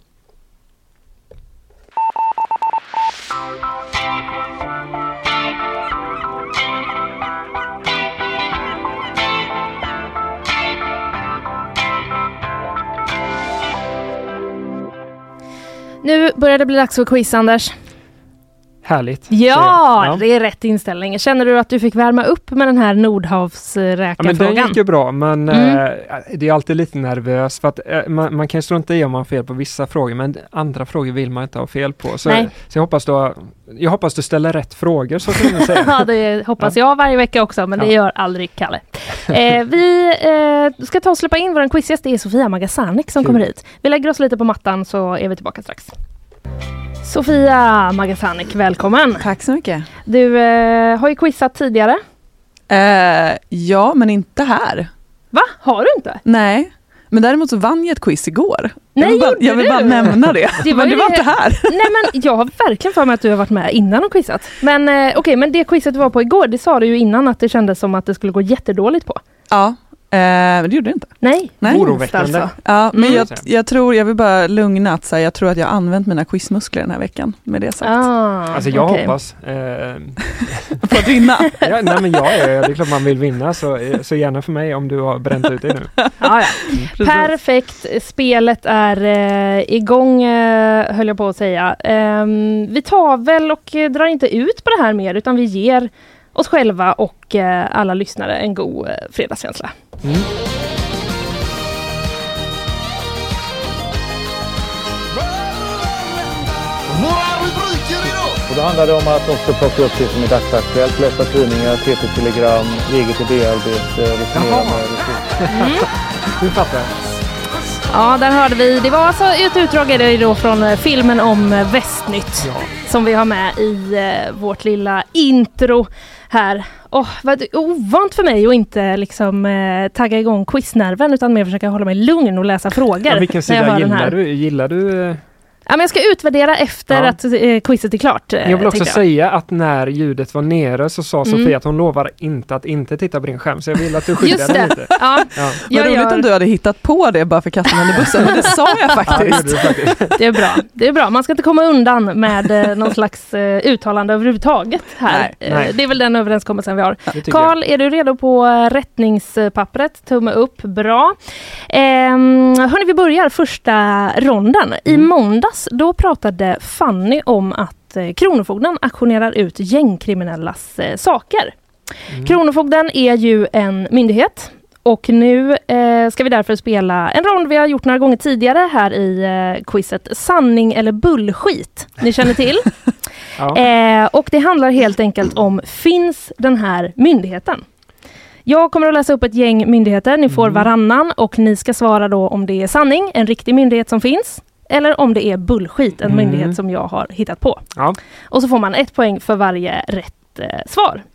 Nu börjar det bli dags för quiz, Anders. Härligt. Ja, ja. det är rätt inställning. Känner du att du fick värma upp med den här Ja, men den Nordhavsräka-frågan? gick ju bra, men Mm. eh, det är alltid lite nervös för att eh, man, man kan ju strunta i om man har fel på vissa frågor, men andra frågor vill man inte ha fel på. Så, Nej. så jag hoppas då, jag hoppas du ställer rätt frågor, så kan man säga. Ja, det hoppas jag varje vecka också, men det Ja. gör aldrig Kalle. Eh, vi eh, ska ta och släppa in vår quizgäst, det är Sofia Magasanik som Kul. kommer hit. Vi lägger oss lite på mattan så är vi tillbaka strax. Sofia Magasanik, välkommen! Tack så mycket. Du eh, har ju quizat tidigare. Eh, ja, men inte här. Va? Har du inte? Nej, men däremot så vann jag ett quiz igår. Nej, jag vill bara, gjorde jag vill du? bara nämna det. Det var men det ju var det- inte här. Nej, men jag har verkligen för mig att du har varit med innan och quizat. Men eh, okej, men det quizet du var på igår, det sa du ju innan att det kändes som att det skulle gå jättedåligt på. Ja, eh, men det gjorde det inte. Nej, Nej. minst Oroväckande. alltså. Ja, men Mm. jag, jag tror, jag vill bara lugna att så här, jag tror att jag har använt mina quizmuskler den här veckan med det sagt. Ah, Alltså jag okej. hoppas. Eh, För att vinna. ja, nej men jag är, det är klart man vill vinna, så, så gärna för mig om du har bränt ut dig nu. Ja, ja. Precis. Perfekt. Spelet är eh, igång, eh, höll jag på att säga. Ehm, vi tar väl och eh, drar inte ut på det här mer, utan vi ger oss själva och eh, alla lyssnare en god eh, fredagskänsla. Mm. Och då handlar det om att också plocka upp det som är dagsaktuellt, läsa tidningar, T T-telegram, eget idéarbete, resonera Jaha. med resurser. Du fattar. Ja, där hörde vi. Det var alltså ett utdrag är det då från eh, filmen om eh, Västnytt. Ja. Som vi har med i eh, vårt lilla intro här. Oh, vad ovant för mig att inte liksom eh, tagga igång quiznärven utan mer försöka hålla mig lugn och läsa frågor. Ja, vilken när jag sida hör den gillar här. du? Gillar du? eh, Ja, men jag ska utvärdera efter Ja. att eh, quizet är klart. eh, Jag vill också tänkte jag. säga att när ljudet var nere så sa Mm. Sofia att hon lovar inte att inte titta på din skärm, så jag vill att du skyddar Just dig det. lite. Ja, Ja. Vad jag roligt gör, om du hade hittat på det bara för att kasta mig under bussen. Men det sa jag Ja, det faktiskt. gjorde du faktiskt. det är bra. Det är bra. Man ska inte komma undan med eh, någon slags eh, uttalande överhuvudtaget här. Nej, Eh, nej. Det är väl den överenskommelsen vi har. Det tycker Karl, är du redo på eh, rättningspappret? Tumme upp, bra. Ehm, hörni, vi börjar första ronden. I Mm. måndags, då pratade Fanny om att eh, Kronofogden aktionerar ut gängkriminellas eh, saker. Mm. Kronofogden är ju en myndighet. Och nu eh, ska vi därför spela en rond vi har gjort några gånger tidigare här i eh, quizet. Sanning eller bullskit. Ni känner till. Ja. Eh, och det handlar helt enkelt om, finns den här myndigheten? Jag kommer att läsa upp ett gäng myndigheter. Ni får Mm. varannan och ni ska svara då om det är sanning, en riktig myndighet som finns. Eller om det är bullskit, en Mm. myndighet som jag har hittat på. Ja. Och så får man ett poäng för varje rätt eh, svar.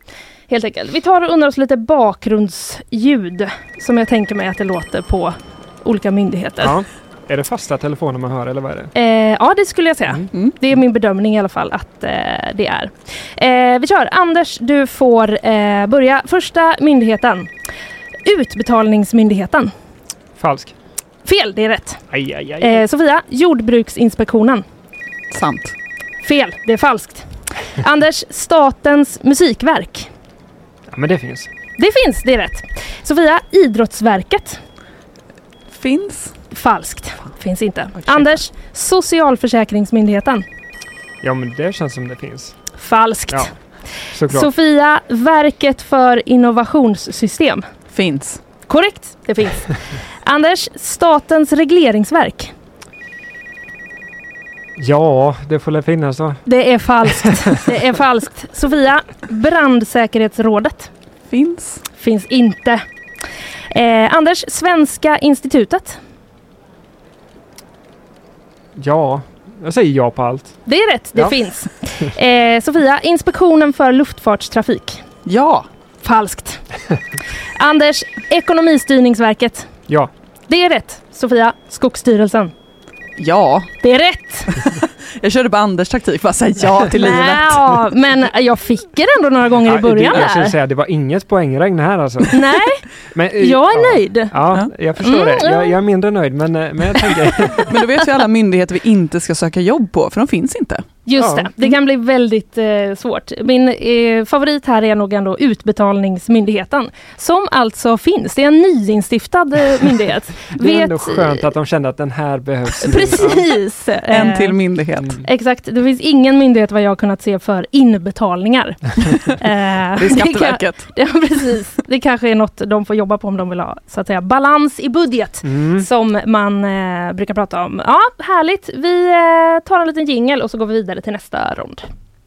Helt enkelt. Vi tar och undrar oss lite bakgrundsljud som jag tänker mig att det låter på olika myndigheter. Ja. Är det fasta telefoner man hör eller vad är det? Eh, ja, det skulle jag säga. Mm. Mm. Det är min bedömning i alla fall att eh, det är. Eh, vi kör. Anders, du får eh, börja. Första myndigheten. Utbetalningsmyndigheten. Falsk. Fel, det är rätt. Aj, aj, aj. Eh, Sofia, Jordbruksinspektionen. Sant. Fel, det är falskt. Anders, Statens musikverk. Ja, men det finns. Det finns, det är rätt. Sofia, Idrottsverket. Finns. Falskt. Finns inte. Okay. Anders, Socialförsäkringsmyndigheten. Ja, men det känns som det finns. Falskt. Ja, såklart. Sofia, Verket för innovationssystem. Finns. Korrekt, det finns. Anders, Statens regleringsverk. Ja, det får väl finnas då. Det är falskt. Det är falskt. Sofia, Brandsäkerhetsrådet. Finns. Finns inte. Eh, Anders, Svenska institutet. Ja, jag säger ja på allt. Det är rätt, det Ja. finns. Eh, Sofia, Inspektionen för luftfartstrafik. Ja. Falskt. Anders, Ekonomistyrningsverket. Ja. Det är rätt. Sofia, Skogsstyrelsen. Ja. Det är rätt. Jag körde på Anders taktik, bara säga ja till livet. Ja, men jag fick det ändå några gånger Ja, i början det, jag skulle där. säga det var inget poängregn här alltså. Nej, Men, eh, jag är ja. nöjd. Ja, jag förstår Mm, det. ja. Jag, jag är mindre nöjd, men, eh, men jag tänker... Men då vet vi alla myndigheter vi inte ska söka jobb på, för de finns inte. Just Ja. det, det kan bli väldigt eh, svårt. Min eh, favorit här är nog ändå Utbetalningsmyndigheten, som alltså finns. Det är en nyinstiftad eh, myndighet. Det är ändå Vet- skönt att de kände att den här behövs. nu. Precis. En Eh, till myndighet. Mm. Exakt, det finns ingen myndighet vad jag har kunnat se för inbetalningar. eh, Det är Skatteverket. Ja, precis. Det kanske är något de får jobba på om de vill ha så att säga balans i budget. Mm. Som man eh, brukar prata om. Ja, härligt. Vi eh, tar en liten jingle och så går vi vidare till nästa rond.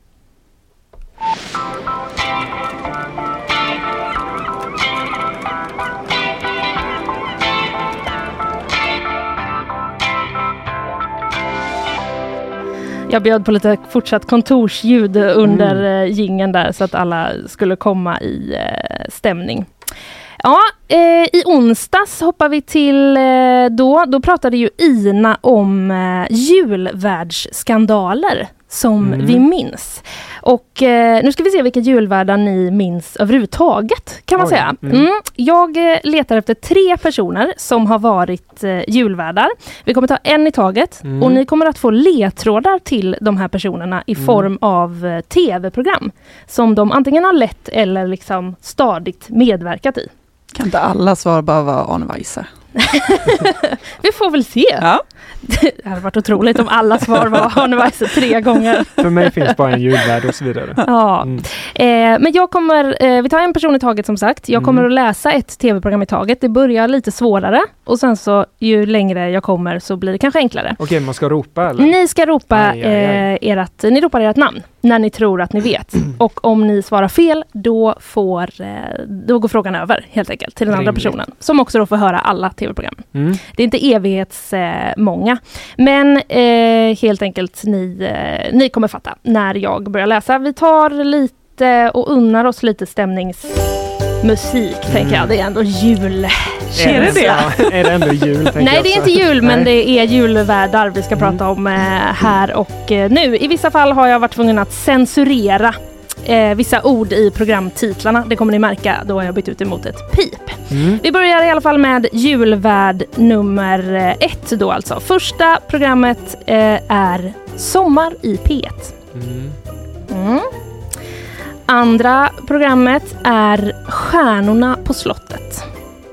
Jag bjöd på lite fortsatt kontorsljud under mm. jingeln där så att alla skulle komma i eh, stämning. Ja, eh, i onsdags hoppar vi till eh, då. Då pratade ju Ina om eh, julvärdsskandaler som Mm. vi minns. Och eh, nu ska vi se vilka julvärdar ni minns överhuvudtaget, kan man Oj, säga. mm. Mm. Jag eh, letar efter tre personer som har varit eh, julvärdar. Vi kommer ta en i taget Mm. och ni kommer att få ledtrådar till de här personerna i Mm. form av eh, tv-program som de antingen har lett eller liksom stadigt medverkat i. Kan inte alla svar bara vara Arne Weise? Vi får väl se. Ja. Det hade varit otroligt om alla svar var Arne Weise tre gånger. För mig finns bara en julvärd och så vidare. Ja. Mm. Eh, men jag kommer, eh, vi tar en person i taget som sagt. Jag kommer Mm. att läsa ett tv-program i taget. Det börjar lite svårare och sen så ju längre jag kommer så blir det kanske enklare. Okej, man ska ropa eller? Ni ska ropa Aj, aj, aj. Eh, ert, ni ropar ert namn när ni tror att ni vet. Och om ni svarar fel, då får eh, då går frågan över helt enkelt till den andra Rimligt. personen. Som också då får höra alla tv-program. Mm. Det är inte evighets eh, många. Men eh, helt enkelt ni, eh, ni kommer fatta när jag börjar läsa. Vi tar lite och unnar oss lite stämningsmusik tänker jag. Det är ändå jul. Är det det? Ja, är det ändå jul? tänker Nej, jag det är också. inte jul, men Nej. det är julvärdar vi ska Mm. prata om eh, här och eh, nu. I vissa fall har jag varit tvungen att censurera eh, vissa ord i programtitlarna. Det kommer ni märka, då har jag bytt ut emot ett pip. Mm. Vi börjar i alla fall med julvärd nummer eh, ett då alltså. Första programmet eh, är Sommar i P ett. Mm. Mm. Andra programmet är Stjärnorna på slottet.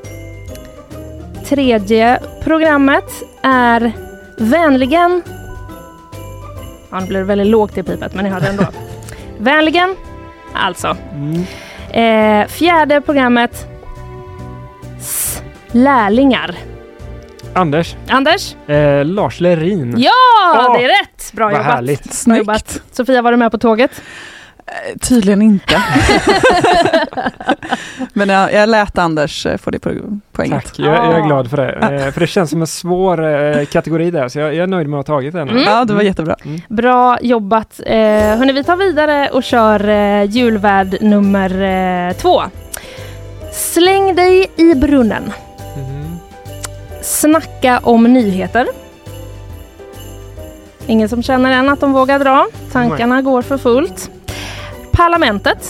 Tredje programmet är Vänligen. Ja, nu blir det väldigt lågt i pipet, men ni hörde ändå. Vänligen, alltså. Mm. Eh, fjärde programmet S- Lärlingar. Anders, Anders? eh, Lars Lerin. Ja, Åh, det är rätt! Bra vad jobbat. härligt. Bra Snyggt. jobbat. Sofia, var du med på tåget? Tydligen inte. Men jag, jag lät Anders få det på poänget. Tack, jag, jag är glad för det. För det känns som en svår eh, kategori där, så jag, jag är nöjd med att ha tagit den. Mm. Ja, det var jättebra. Mm. Bra jobbat. Eh, hörni, vi tar vidare och kör eh, julvärd nummer eh, två. Släng dig i brunnen. Mm. Snacka om nyheter. Ingen som känner än att de vågar dra. Tankarna Nej. går för fullt. Parlamentet.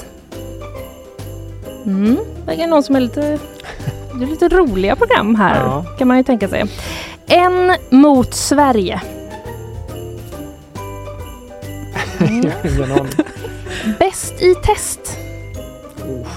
Mm, det är någon som är lite, det är lite roliga program här, ja. kan man ju tänka sig. En mot Sverige. Mm. Bäst i test. Oh.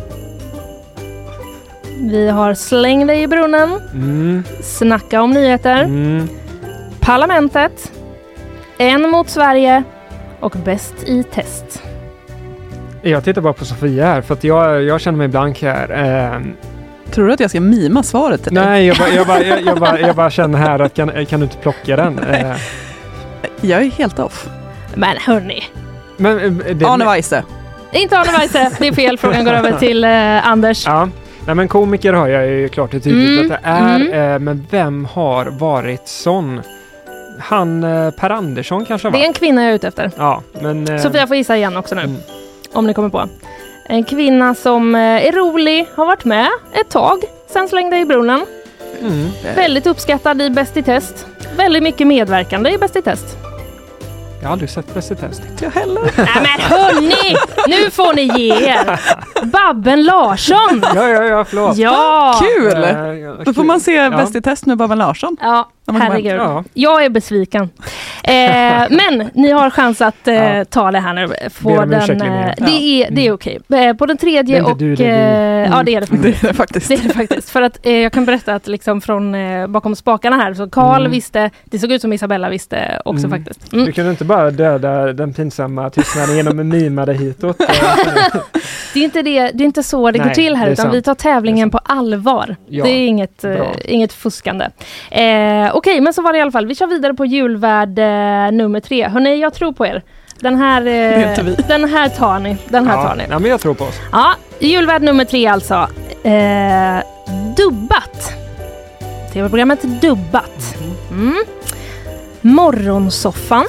Vi har Släng dig i brunnen. Mm. Snacka om nyheter. Mm. Parlamentet. En mot Sverige. Och bäst i test. Jag tittar bara på Sofia här för att jag, jag känner mig blank här. Eh, Tror du att jag ska mima svaret till dig? Nej, jag bara, jag bara, jag, jag bara, jag bara känner här att kan, kan du inte plocka den? Eh. Jag är helt off. Men hörni. Men, det, Arne Weise. Inte Arne Weise, det är fel. Frågan går över till eh, Anders. Ja, nej, men komiker har jag ju klart och tydligt mm. att det är. Mm. Eh, men vem har varit sån? Han eh, Per Andersson kanske var. Det är en kvinna jag är ute efter. Ja, men, eh, Sofia får gissa igen också nu. Mm. Om ni kommer på. En kvinna som är rolig, har varit med ett tag, sen slängde i brunnen. Mm. Väldigt uppskattad i Bäst i test. Väldigt mycket medverkande i Bäst i test. Jag har aldrig sett Bäst i test. Jag heller. Nej men hörni, nu får ni ge er. Babben Larsson. Ja, ja, ja, förlåt. Ja. Kul. Uh, ja, Då får man se ja. Bäst i test med Babben Larsson. Ja, herregud. Ja. Jag är besviken. Eh, men ni har chans att eh, ja. ta det här nu. På den, ursäkt, eh, det, är, det är okej. Eh, på den tredje och... Du, det är eh, ja, det är det faktiskt. Det är det faktiskt. Det är det faktiskt. För att eh, jag kan berätta att liksom från eh, bakom spakarna här så Karl mm. visste, det såg ut som Isabella visste också mm. faktiskt. Mm. Du kunde inte bara döda den pinsamma tystnaden genom en mimade hitåt. Det är inte det, det är inte så det Nej, går till här utan sant. vi tar tävlingen på allvar. Ja, det är inget, eh, inget fuskande. Eh, Okej, okay, men så var det i alla fall. Vi kör vidare på julvärd eh, nummer tre. Hörrni, jag tror på er. Den här, eh, den här tar ni. Den här ja, tar ni. Ja, men jag tror på oss. Ja, julvärd nummer tre alltså. Eh, dubbat. T V-programmet Dubbat. Mm. Morgonsoffan.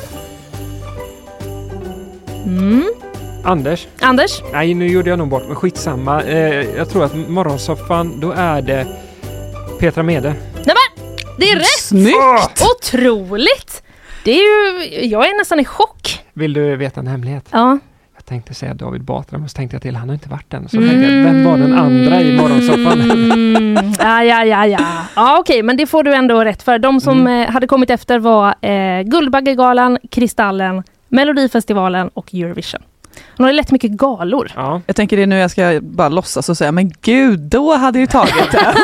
Mm. Anders. Anders? Nej, nu gjorde jag nog bort, men skitsamma. Eh, jag tror att morgonsoffan, då är det Petra Mede. Nej men, det är rätt! Snyggt! Otroligt! Det är ju, jag är nästan i chock. Vill du veta en hemlighet? Ja. Jag tänkte säga David Batra, men så tänkte jag till, han har inte varit den. Så mm. tänkte jag, vem var den andra i morgonsoffan? Mm. Ja, ja, ja, ja. Ja, okej, men det får du ändå rätt för. De som mm. hade kommit efter var eh, Guldbaggegalan, Kristallen, Melodifestivalen och Eurovision. Hon har lätt mycket galor. Ja. Jag tänker det nu jag ska bara låtsas och säga, men gud, då hade du tagit det.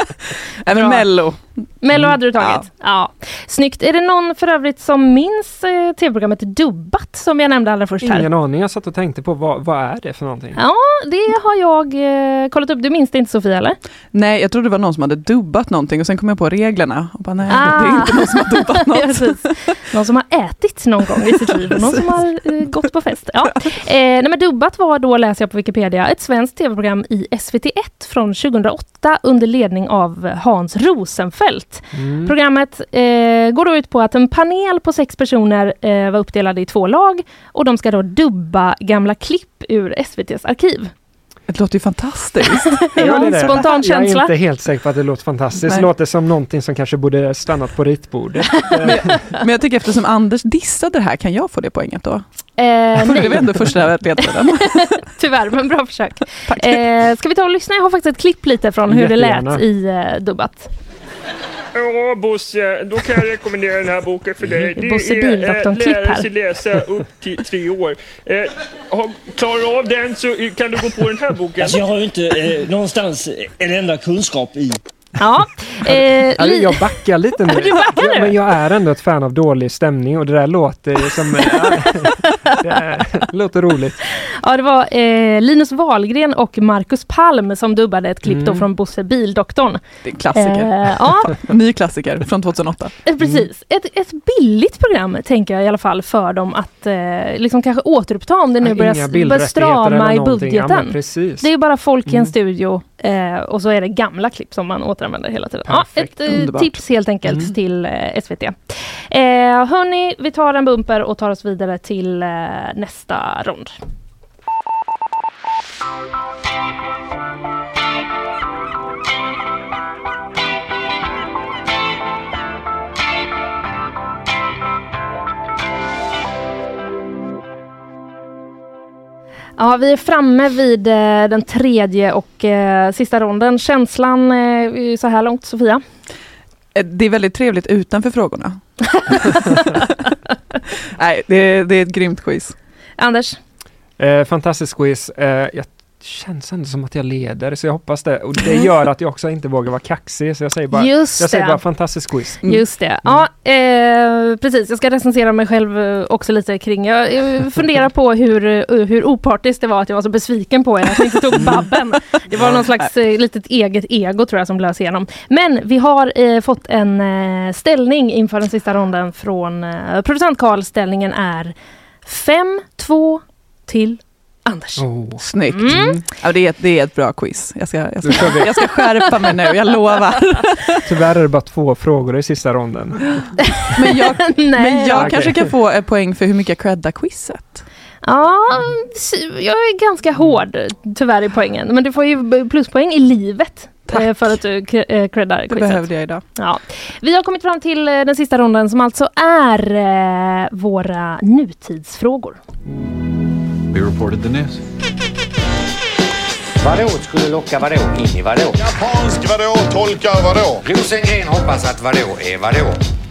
Även Mello. Mello hade du tagit. Ja. ja. Snyggt. Är det någon för övrigt som minns eh, tv-programmet Dubbat som jag nämnde allra först här? Ingen aning. Jag satt och tänkte på vad, vad är det för någonting? Ja, det har jag eh, kollat upp. Du minns det inte, Sofia, eller? Nej, jag trodde det var någon som hade dubbat någonting och sen kom jag på reglerna. Och bara, nej, ah. det är inte någon som har dubbat något. Ja, någon som har ätit någon gång i sitt liv och någon som har eh, gått på fest. Ja. Eh, nej, men Dubbat var, då läser jag på Wikipedia, ett svenskt tv-program i S V T ett från tjugohundraåtta under ledning av Hans Rosenfeldt. Mm. Programmet eh, går då ut på att en panel på sex personer eh, var uppdelade i två lag och de ska då dubba gamla klipp ur S V T:s arkiv. Det låter ju fantastiskt. Ja, det det. Spontan känsla. Jag är inte helt säker på att det låter fantastiskt. Det låter som någonting som kanske borde stannat på ritbordet. men, jag, men jag tycker eftersom Anders dissade det här, kan jag få det poänget då? Eh, nej. Det var ändå första ledtråden. Tyvärr, men bra försök. Eh, ska vi ta och lyssna? Jag har faktiskt ett klipp lite från hur Jättegärna. det lät i eh, Dubbat. Ja, Bosse, då kan jag rekommendera den här boken för dig. Det Bosse är Bildoktorn äh, lära sig läsa upp till tre år. Eh, klarar av den så kan du gå på den här boken. Alltså jag har ju inte eh, någonstans en enda kunskap i. Ja, eh, alltså, jag backar lite nu. Du backar nu? Ja, men jag är ändå ett fan av dålig stämning och det där låter som... Det låter roligt. Ja, det var eh, Linus Wahlgren och Marcus Palm som dubbade ett klipp mm. då från Bosse Bildoktorn. Det är klassiker. Eh, ja. Ny klassiker från tjugohundraåtta. Eh, precis. Ett, ett billigt program tänker jag i alla fall för dem att eh, liksom kanske återuppta om det nu börjar, börjar strama i budgeten. Ja, det är ju bara folk mm. i en studio eh, och så är det gamla klipp som man återanvänder hela tiden. Ja, ett eh, tips helt enkelt mm. till eh, S V T. Eh, hörni, vi tar en bumper och tar oss vidare till eh, nästa rond. Ja, vi är framme vid eh, den tredje och eh, sista ronden. Känslan eh, så här långt, Sofia? Det är väldigt trevligt utanför frågorna. Nej, det, det är ett grymt quiz. Anders? Eh, fantastisk quiz. Eh, jag känns ändå som att jag leder, så jag hoppas det. Och det gör att jag också inte vågar vara kaxig, så jag säger bara, Just jag säger det. bara fantastisk quiz. Mm. Just det. Ja, eh, precis. Jag ska recensera mig själv också lite kring. Jag, jag funderar på hur, hur opartiskt det var att jag var så besviken på er att jag inte tog babben. Det var någon slags eh, litet eget ego tror jag som lös igenom. Men vi har eh, fått en eh, ställning inför den sista ronden från eh, producent Karl. Ställningen är fem två till Anders. Oh. Snyggt. Mm. Ja, det, är ett, det är ett bra quiz. Jag ska, jag, ska, jag ska skärpa mig nu, jag lovar. Tyvärr är det bara två frågor i sista ronden. Men jag, men jag okay. kanske kan få en poäng för hur mycket jag creddar quizet. Ja, jag är ganska hård tyvärr i poängen. Men du får ju pluspoäng i livet. Tack. För att du creddar quizet. Det behövde jag idag. Ja. Vi har kommit fram till den sista ronden som alltså är eh, våra nutidsfrågor. We reported the news. Vadå skulle locka vadå in i vadå? Japansk vadå tolkar vadå? Rosengren hoppas att vadå är vadå?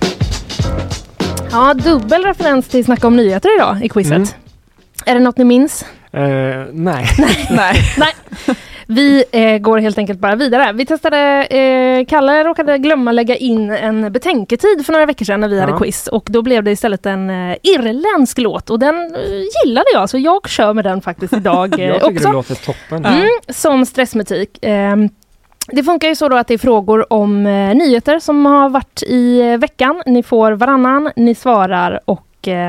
Ja, dubbel referens till Snacka om nyheter idag i quizet. Mm. Är det något ni minns? Uh, nej. nej. nej. Vi eh, går helt enkelt bara vidare. Vi testade, eh, Kalle råkade glömma lägga in en betänketid för några veckor sedan när vi ja. hade quiz. Och då blev det istället en eh, irländsk låt. Och den eh, gillade jag, så jag kör med den faktiskt idag eh, jag tycker också. Det låter toppen. Mm, som stressmusik. Eh, det funkar ju så då att det är frågor om eh, nyheter som har varit i eh, veckan. Ni får varannan, ni svarar och eh,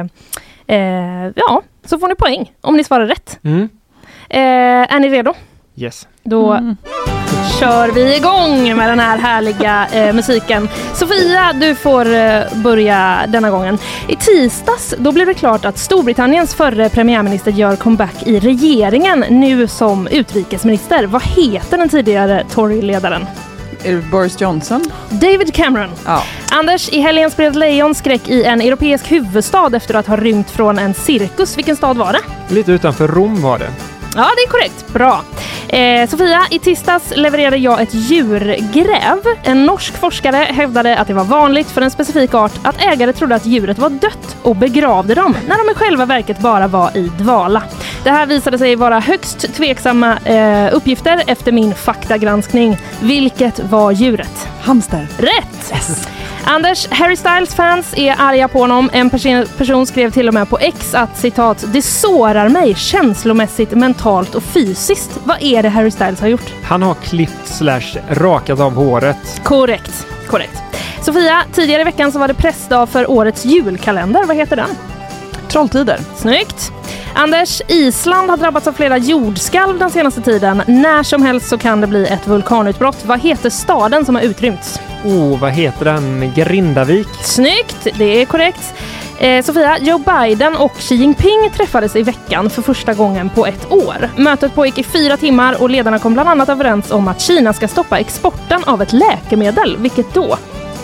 eh, ja, så får ni poäng om ni svarar rätt. Mm. Eh, är ni redo? Yes. Då mm. kör vi igång med den här härliga eh, musiken. Sofia, du får eh, börja denna gången. I tisdags då blev det klart att Storbritanniens förre premiärminister gör comeback i regeringen nu som utrikesminister. Vad heter den tidigare Tory-ledaren? Är det Boris Johnson? David Cameron. Ja. Anders, i helgen spred lejon skräck i en europeisk huvudstad efter att ha rymt från en cirkus. Vilken stad var det? Lite utanför Rom var det. Ja, det är korrekt. Bra. Eh, Sofia, i tisdags levererade jag ett djurgräv. En norsk forskare hävdade att det var vanligt för en specifik art att ägare trodde att djuret var dött och begravde dem när de i själva verket bara var i dvala. Det här visade sig vara högst tveksamma eh, uppgifter efter min faktagranskning. Vilket var djuret? Hamster. Rätt! Yes. Anders, Harry Styles fans är arga på honom. En person, person skrev till och med på X att citat, det sårar mig känslomässigt, mentalt och fysiskt. Vad är det Harry Styles har gjort? Han har klippt slash rakat av håret. Korrekt, korrekt. Sofia, tidigare i veckan så var det pressdag för årets julkalender. Vad heter den? Trolltider. Snyggt. Anders, Island har drabbats av flera jordskalv den senaste tiden. När som helst så kan det bli ett vulkanutbrott. Vad heter staden som har utrymts? Oh, vad heter den? Grindavik. Snyggt, det är korrekt. Eh, Sofia, Joe Biden och Xi Jinping träffades i veckan för första gången på ett år. Mötet pågick i fyra timmar och ledarna kom bland annat överens om att Kina ska stoppa exporten av ett läkemedel. Vilket då?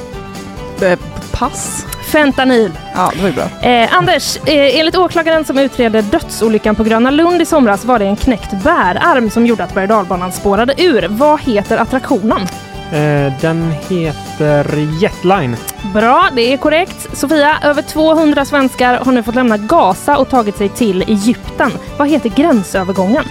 Eh, pass. Fentanyl. Ja, det var ju bra. Eh, Anders, eh, enligt åklagaren som utredde dödsolyckan på Gröna Lund i somras var det en knäckt bärarm som gjorde att berg-och-dalbanan spårade ur. Vad heter attraktionen? Eh, den heter Jetline. Bra, det är korrekt. Sofia, över tvåhundra svenskar har nu fått lämna Gaza och tagit sig till Egypten. Vad heter gränsövergången?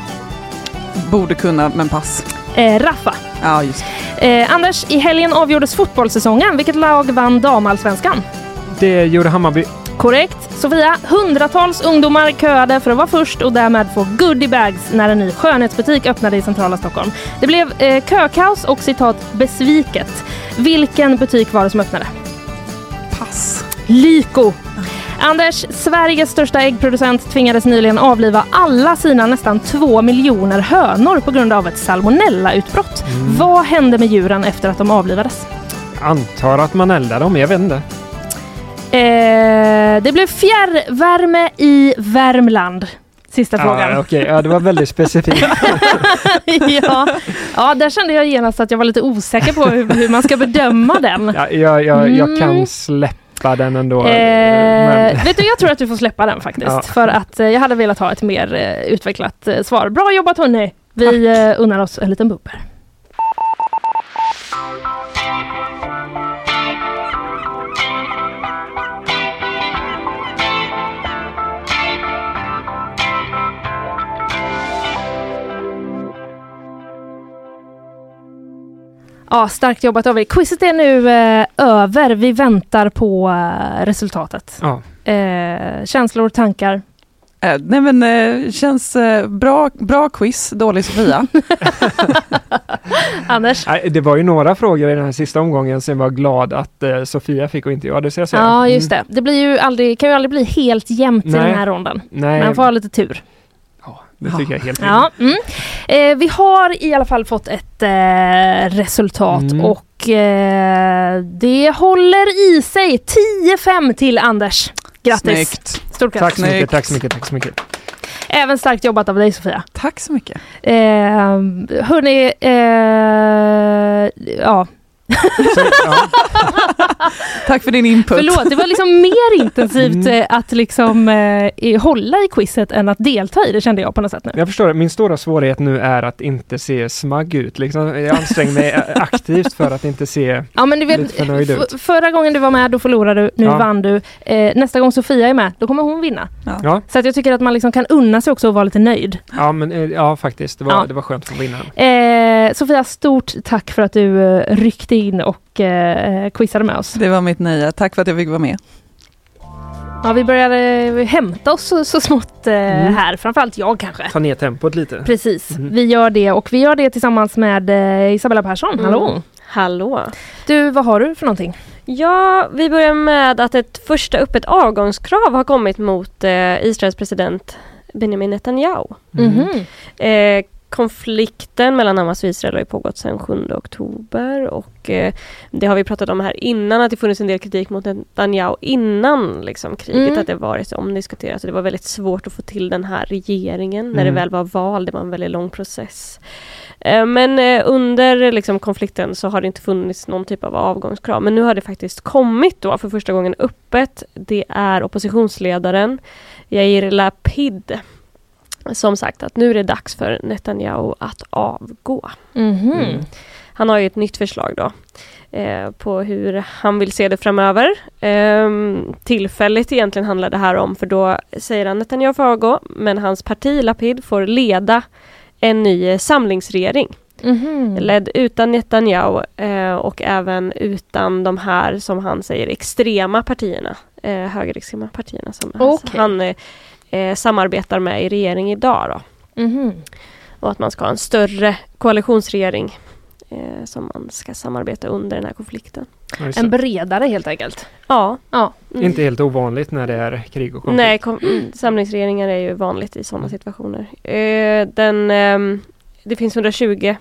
Borde kunna, men pass. Eh, Rafah. Ja, just eh, Anders, i helgen avgjordes fotbollssäsongen. Vilket lag vann damallsvenskan? Det gjorde Hammarby. Korrekt. Sofia, hundratals ungdomar köade för att vara först och därmed få goodiebags när en ny skönhetsbutik öppnade i centrala Stockholm. Det blev eh, kökaos och citat besviket. Vilken butik var det som öppnade? Pass. Lyko. Anders, Sveriges största äggproducent, tvingades nyligen avliva alla sina nästan två miljoner hönor på grund av ett salmonella-utbrott. Mm. Vad hände med djuren efter att de avlivades? Jag antar att man eldar dem, jag vet inte. Eh, det blev fjärrvärme i Värmland. Sista ah, frågan. Okej, okay. Ja, det var väldigt specifikt. ja. ja, där kände jag genast att jag var lite osäker på hur, hur man ska bedöma den. Ja, jag, jag, mm. jag kan släppa den ändå. Eh, men... Vet du, jag tror att du får släppa den faktiskt. Ja. För att eh, jag hade velat ha ett mer eh, utvecklat eh, svar. Bra jobbat hörni. Vi eh, unnar oss en liten bumper. Ja, starkt jobbat av er. Quizet är nu eh, över. Vi väntar på eh, resultatet. Ja. Eh, känslor, tankar? Eh, nej men eh, känns eh, bra, bra quiz, dålig Sofia. Anders? Nej, det var ju några frågor i den här sista omgången som var glad att eh, Sofia fick och inte jag. Det ska jag säga. Ja, just det. Det blir ju aldrig, kan ju aldrig bli helt jämnt nej. i den här ronden. Nej. Man får ha lite tur. Det tycker jag är helt ja. mm. eh, Vi har i alla fall fått ett eh, resultat mm. och eh, det håller i sig tio fem till Anders. Grattis. Snyggt. Stort tack så mycket, tack så mycket, tack så mycket. Även starkt jobbat av dig Sofia. Tack så mycket. Eh, hörni, eh, ja. Så, ja. Tack för din input. Förlåt, det var liksom mer intensivt mm. att liksom eh, hålla i quizet än att delta i det, kände jag på något sätt nu. Jag förstår det. Min stora svårighet nu är att inte se smagg ut. Liksom, jag anstränger mig aktivt för att inte se ja, men du vet, lite förnöjd ut. F- förra gången du var med, då förlorade du. Nu ja. vann du. Eh, nästa gång Sofia är med, då kommer hon vinna. Ja. Ja. Så att jag tycker att man liksom kan unna sig också och vara lite nöjd. Ja, men, eh, ja faktiskt. Det var, ja. det var skönt att få vinna. Eh, Sofia, stort tack för att du eh, ryckte in och eh, quizade med oss. Det var mitt nöje. Tack för att jag fick vara med. Ja, vi började hämta oss så, så smått eh, mm. här. Framförallt jag kanske. Ta ner tempot lite. Precis. Mm. Vi gör det och vi gör det tillsammans med eh, Isabella Persson. Mm. Hallå. Hallå. Du, vad har du för någonting? Ja, vi börjar med att ett första öppet avgångskrav har kommit mot eh, Israels president Benjamin Netanyahu. Mm. Eh, konflikten mellan Hamas och Israel har ju pågått sedan sjunde oktober och eh, det har vi pratat om här innan, att det funnits en del kritik mot Netanyahu innan liksom, kriget, Mm. att det varit omdiskuterat. Så det var väldigt svårt att få till den här regeringen när Mm. det väl var val. Det var en väldigt lång process. Eh, men eh, under liksom, konflikten så har det inte funnits någon typ av avgångskrav. Men nu har det faktiskt kommit då för första gången öppet. Det är oppositionsledaren Yair Lapid som sagt att nu är det dags för Netanyahu att avgå. Mm-hmm. Mm. Han har ju ett nytt förslag då eh, på hur han vill se det framöver. Eh, tillfälligt egentligen handlar det här om, för då säger han att Netanyahu får avgå, men hans parti Lapid får leda en ny samlingsregering. Mm-hmm. Ledd utan Netanyahu eh, och även utan de här, som han säger, extrema partierna, eh, högerextrema partierna som okay. han eh, Eh, samarbetar med i regering idag då. Mm-hmm. Och att man ska ha en större koalitionsregering eh, som man ska samarbeta under den här konflikten. En bredare helt enkelt. Ja. ja. Mm. Inte helt ovanligt när det är krig och konflikt. Nej, kom, mm, samlingsregeringar är ju vanligt i sådana situationer. Eh, den, eh, det finns hundratjugo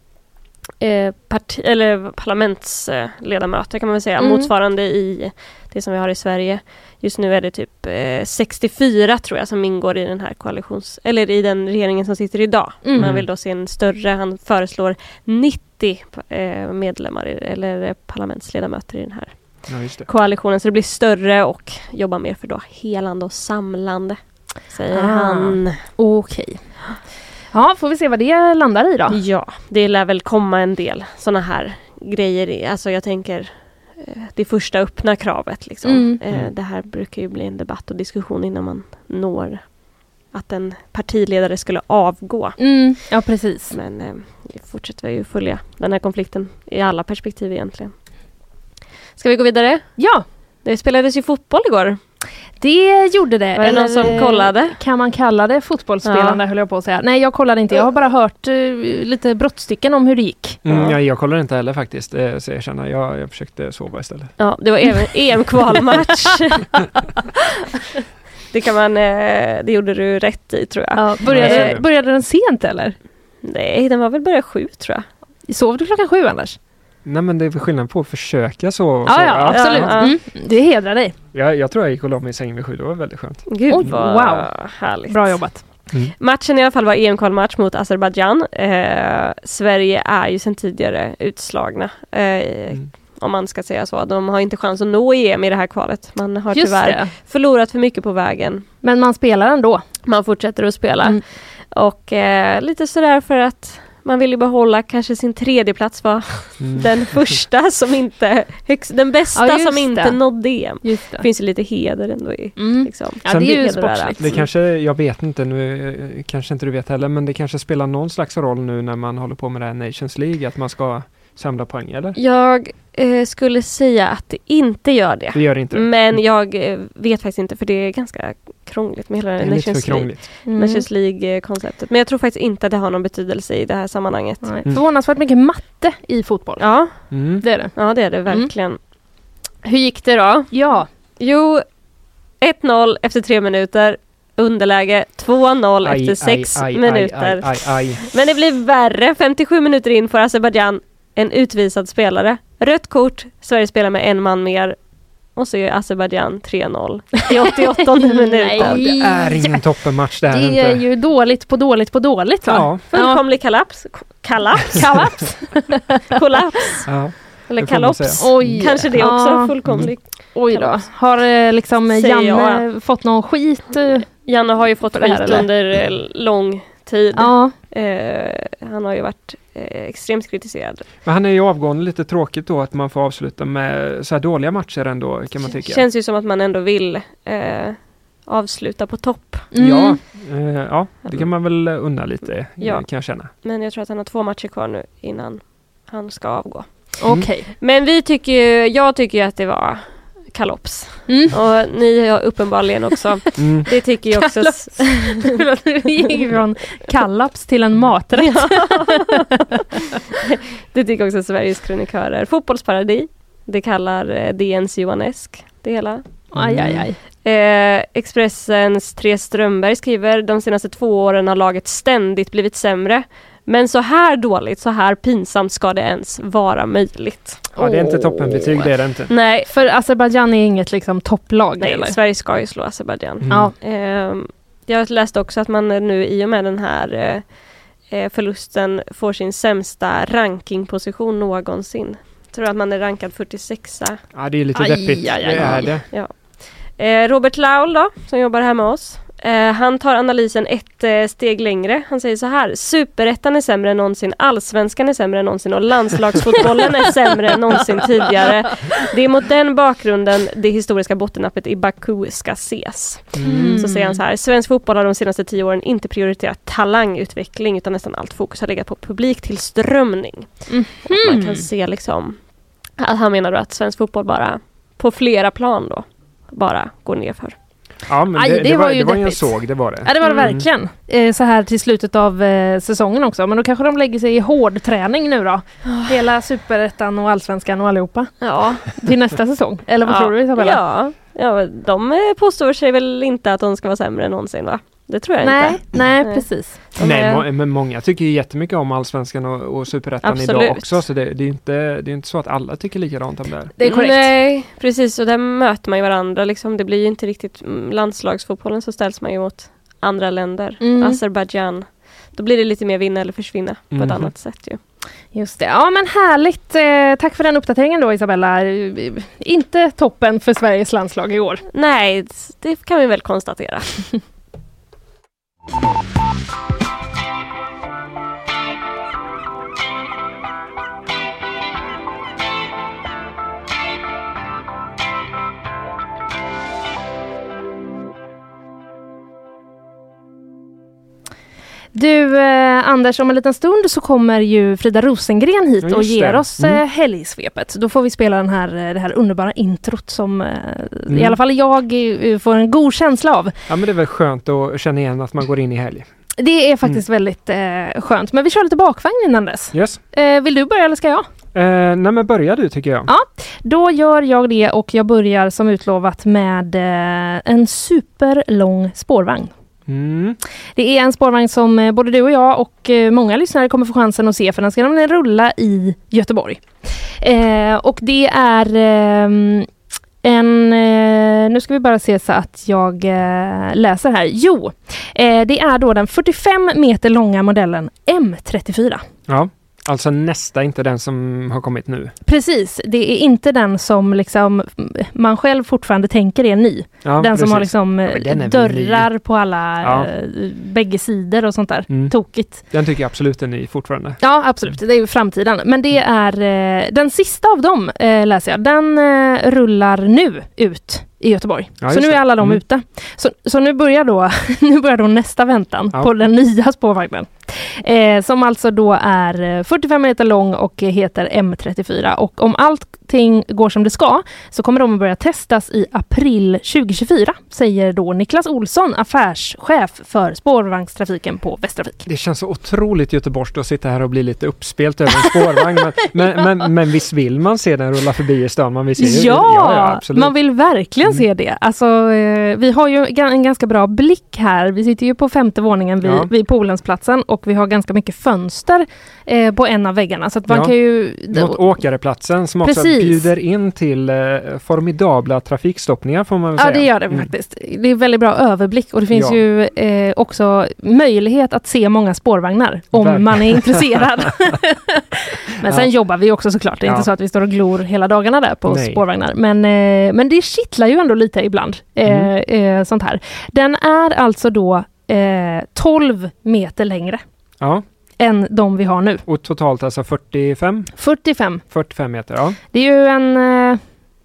eh, parti, eller parlamentsledamöter kan man väl säga, Mm. motsvarande i det som vi har i Sverige. Just nu är det typ eh, sextiofyra tror jag som ingår i den här koalitions, eller i den regeringen som sitter idag. Mm. Man vill då se en större, han föreslår nittio eh, medlemmar i, eller parlamentsledamöter i den här ja, just det. koalitionen. Så det blir större och jobbar mer för då helande och samlande, säger ah. han. Okej. Okay. Ja, får vi se vad det landar i då? Ja, det lär väl komma en del såna här grejer i. Alltså jag tänker det första öppna kravet liksom. Mm. Eh, det här brukar ju bli en debatt och diskussion innan man når att en partiledare skulle avgå. Mm. Ja, precis. Men eh, vi fortsätter ju följa den här konflikten i alla perspektiv egentligen. Ska vi gå vidare? Ja. Det spelades ju fotboll igår. Det gjorde det. Var det Eller någon som kollade? Kan man kalla det fotbollsspelande, ja. höll jag på att säga. Nej, jag kollade inte. Jag har bara hört uh, lite brottstycken om hur det gick. Mm, ja. jag, jag kollade inte heller faktiskt, eh, så jag känner. Jag, jag försökte sova istället. Ja, det var även E M-kvalmatch. det kan man, eh, det gjorde du rätt i, tror jag. Ja, började, eh, började den sent, eller? Nej, den var väl började sju, tror jag. Sov du klockan sju, annars? Nej, men det är skillnad på att försöka så. Ja, så. ja, absolut. Ja. Mm. Det hedrar dig. Jag, jag tror jag gick och la mig i säng vid sju. Det var väldigt skönt. Gud, Oj, vad wow. härligt. Bra jobbat. Mm. Matchen i alla fall var E M-kvalmatch mot Azerbaijan. Eh, Sverige är ju sedan tidigare utslagna. Eh, mm. Om man ska säga så. De har inte chans att nå E M i det här kvalet. Man har Just tyvärr det. förlorat för mycket på vägen. Men man spelar ändå. Man fortsätter att spela. Mm. Och eh, lite sådär för att man vill ju behålla kanske sin tredje plats var mm. den första som inte högst, den bästa ja, som inte det. nådde E M. Just det. Finns ju lite heder ändå i. Mm. Liksom. Ja, det är ju sportsligt. Det kanske, jag vet inte nu, kanske inte du vet heller, men det kanske spelar någon slags roll nu när man håller på med det här Nations League, att man ska samla poäng, eller? Jag eh, skulle säga att det inte gör det. Det gör det inte. Men jag eh, vet faktiskt inte, för det är ganska krångligt med hela det är Nations lite för League. krångligt. Mm. Nations League-konceptet. Men jag tror faktiskt inte att det har någon betydelse i det här sammanhanget. Nej. Mm. Förvånansvärt mycket matte i fotboll. Ja, mm. det är det. Ja, det är det verkligen. Mm. Hur gick det då? Ja. Jo, ett noll efter tre minuter. Underläge två noll aj, efter sex aj, aj, minuter. Aj, aj, aj. Men det blir värre. femtiosju minuter in för Azerbaijan en utvisad spelare. Rött kort. Sverige spelar med en man mer. Och så är Azerbaijan tre noll i åttioåttonde minuten. Ja, det är ingen toppenmatch där. Det inte. är ju dåligt på dåligt på dåligt, va? Ja. Fullkomlig kollaps. Kollaps. Kollaps. Kollaps. Ja. Eller kalops. Oj. Kanske det också. Ja. Fullkomlig. Oj då. Kalops. Har liksom Säger Janne jag. fått någon skit? Janne har ju fått skit här, under lång tid. Ja. Eh, han har ju varit eh, extremt kritiserad. Men han är ju avgående, lite tråkigt då att man får avsluta med så här dåliga matcher ändå, kan man tycka. Känns ju som att man ändå vill eh, avsluta på topp. Mm. Ja, eh, ja, det kan man väl unna lite, ja. kan jag känna. Men jag tror att han har två matcher kvar nu innan han ska avgå. Mm. Okej. Okay. Men vi tycker ju, jag tycker ju att det var kalops. Mm. Och ni har uppenbarligen också. Mm. Det tycker jag också. Vi gick från kallaps till en maträtt. Det tycker också Sveriges kronikörer. Fotbollsparadis. Det kallar D N:s Johan Esk det hela. Mm. Aj, aj, aj. Eh, Expressens Tre Strömberg skriver: de senaste två åren har laget ständigt blivit sämre. Men så här dåligt, så här pinsamt ska det ens vara möjligt. Ja, det är inte toppenbetyg, det är det inte. Nej, för Azerbaijan är inget liksom topplag. Nej, eller? Sverige ska ju slå Azerbaijan. Mm. Ja. Eh, jag läste också att man nu i och med den här eh, förlusten får sin sämsta rankingposition någonsin. Jag tror att man är rankad fyrtiosexa. Ja, det är lite aj, deppigt. Aj, aj, det är det. Ja. Eh, Robert Laul då, som jobbar här med oss. Eh, han tar analysen ett eh, steg längre. Han säger så här: Superettan är sämre än någonsin, allsvenskan är sämre än någonsin och landslagsfotbollen är sämre än någonsin tidigare. Det är mot den bakgrunden det historiska bottennappet i Baku ska ses. Mm. Så säger han så här: svensk fotboll har de senaste tio åren inte prioriterat talangutveckling, utan nästan allt fokus har legat på publiktillströmning. Mm. Man kan se liksom att han menar då att svensk fotboll bara på flera plan då bara går ner för. Ja, men Aj, det, det, det var, var ju det var ju en deppigt. såg, det var det. Ja, det var det Mm. verkligen. Eh, så här till slutet av eh, säsongen också. Men då kanske de lägger sig i hård träning nu då. Hela Superettan och Allsvenskan och allihopa. Ja. Till nästa säsong. Eller vad ja. tror du, Isabella? Ja. ja, de eh, påstår sig väl inte att de ska vara sämre än någonsin, va? Det tror jag nej, inte. Nej, nej, precis. De nej, är... må, men många tycker ju jättemycket om Allsvenskan och, och Superettan Absolut. idag också. Så det, det, är inte, det är inte så att alla tycker likadant om det här. Det är korrekt. Nej, precis. Och där möter man ju varandra. Liksom. Det blir ju inte riktigt mm, landslagsfotbollen, så ställs man ju mot andra länder. Mm. Azerbaijan. Då blir det lite mer vinna eller försvinna på Mm. ett annat sätt ju. Just det. Ja, men härligt. Eh, tack för den uppdateringen då, Isabella. Inte toppen för Sveriges landslag i år. Nej, det kan vi väl konstatera. Du eh, Anders, om en liten stund så kommer ju Frida Rosengren hit Ja, och just ger det. oss Mm. eh, helgsvepet. Då får vi spela den här, det här underbara introt som eh, Mm. i alla fall jag eh, får en god känsla av. Ja, men det är väl skönt att känna igen att man går in i helg. Det är faktiskt väldigt eh, skönt. Men vi kör lite bakvagn innan dess. Yes. Eh, vill du börja eller ska jag? Eh, nej men börja du tycker jag. Ja, då gör jag det och jag börjar som utlovat med eh, en superlång spårvagn. Mm. Det är en spårvagn som eh, både du och jag och eh, många lyssnare kommer få chansen att se, för den ska nämligen rulla i Göteborg. Eh, och det är eh, en... Eh, nu ska vi bara se så att jag eh, läser här. Jo, eh, det är då den fyrtiofem meter långa modellen M trettiofyra. Ja, alltså nästa, inte den som har kommit nu. Precis, det är inte den som liksom man själv fortfarande tänker är ny. Ja, den precis. som har liksom Ja, den är dörrar ny. på alla Ja. eh, bägge sidor och sånt där. Mm. Tokigt. Den tycker jag absolut är ny fortfarande. Ja, absolut. Det är ju framtiden. Men det är eh, den sista av dem, eh, läser jag. Den eh, rullar nu ut i Göteborg. Ja, så just nu är det. alla de Mm. ute. Så, så nu börjar då nu börjar då nästa väntan Ja. på den nya spårvagnen. Eh, som alltså då är fyrtiofem meter lång och heter M trettiofyra. Och om allting går som det ska så kommer de att börja testas i april tjugohundratjugofyra, säger då Niklas Olsson, affärschef för spårvagnstrafiken på Västtrafik. Det känns så otroligt göteborgskt att sitta här och bli lite uppspelt över en spårvagn. men, men, men, men visst vill man se den rulla förbi i stan? Man vill se Ja, ja, ja absolut. man vill verkligen Mm. se det. Alltså, eh, vi har ju ga- en ganska bra blick här. Vi sitter ju på femte våningen vid, Ja. vid Polensplatsen och vi har ganska mycket fönster eh, på en av väggarna. Så att man Ja. kan ju... Mot Åkareplatsen som också Precis. bjuder in till eh, formidabla trafikstoppningar får man väl Ja, säga. det gör det Mm. faktiskt. Det är väldigt bra överblick och det finns Ja. ju eh, också möjlighet att se många spårvagnar om Verkligen. man är intresserad. Men sen Ja. jobbar vi också såklart. Det är Ja. inte så att vi står och glor hela dagarna där på Nej. spårvagnar. Men, eh, men det kittlar ju ändå lite ibland. Eh, Mm. eh, sånt här. Den är alltså då eh, tolv meter längre Ja, än de vi har nu. och totalt alltså fyrtiofem, fyrtiofem. fyrtiofem meter. Ja. Det är ju en... Eh,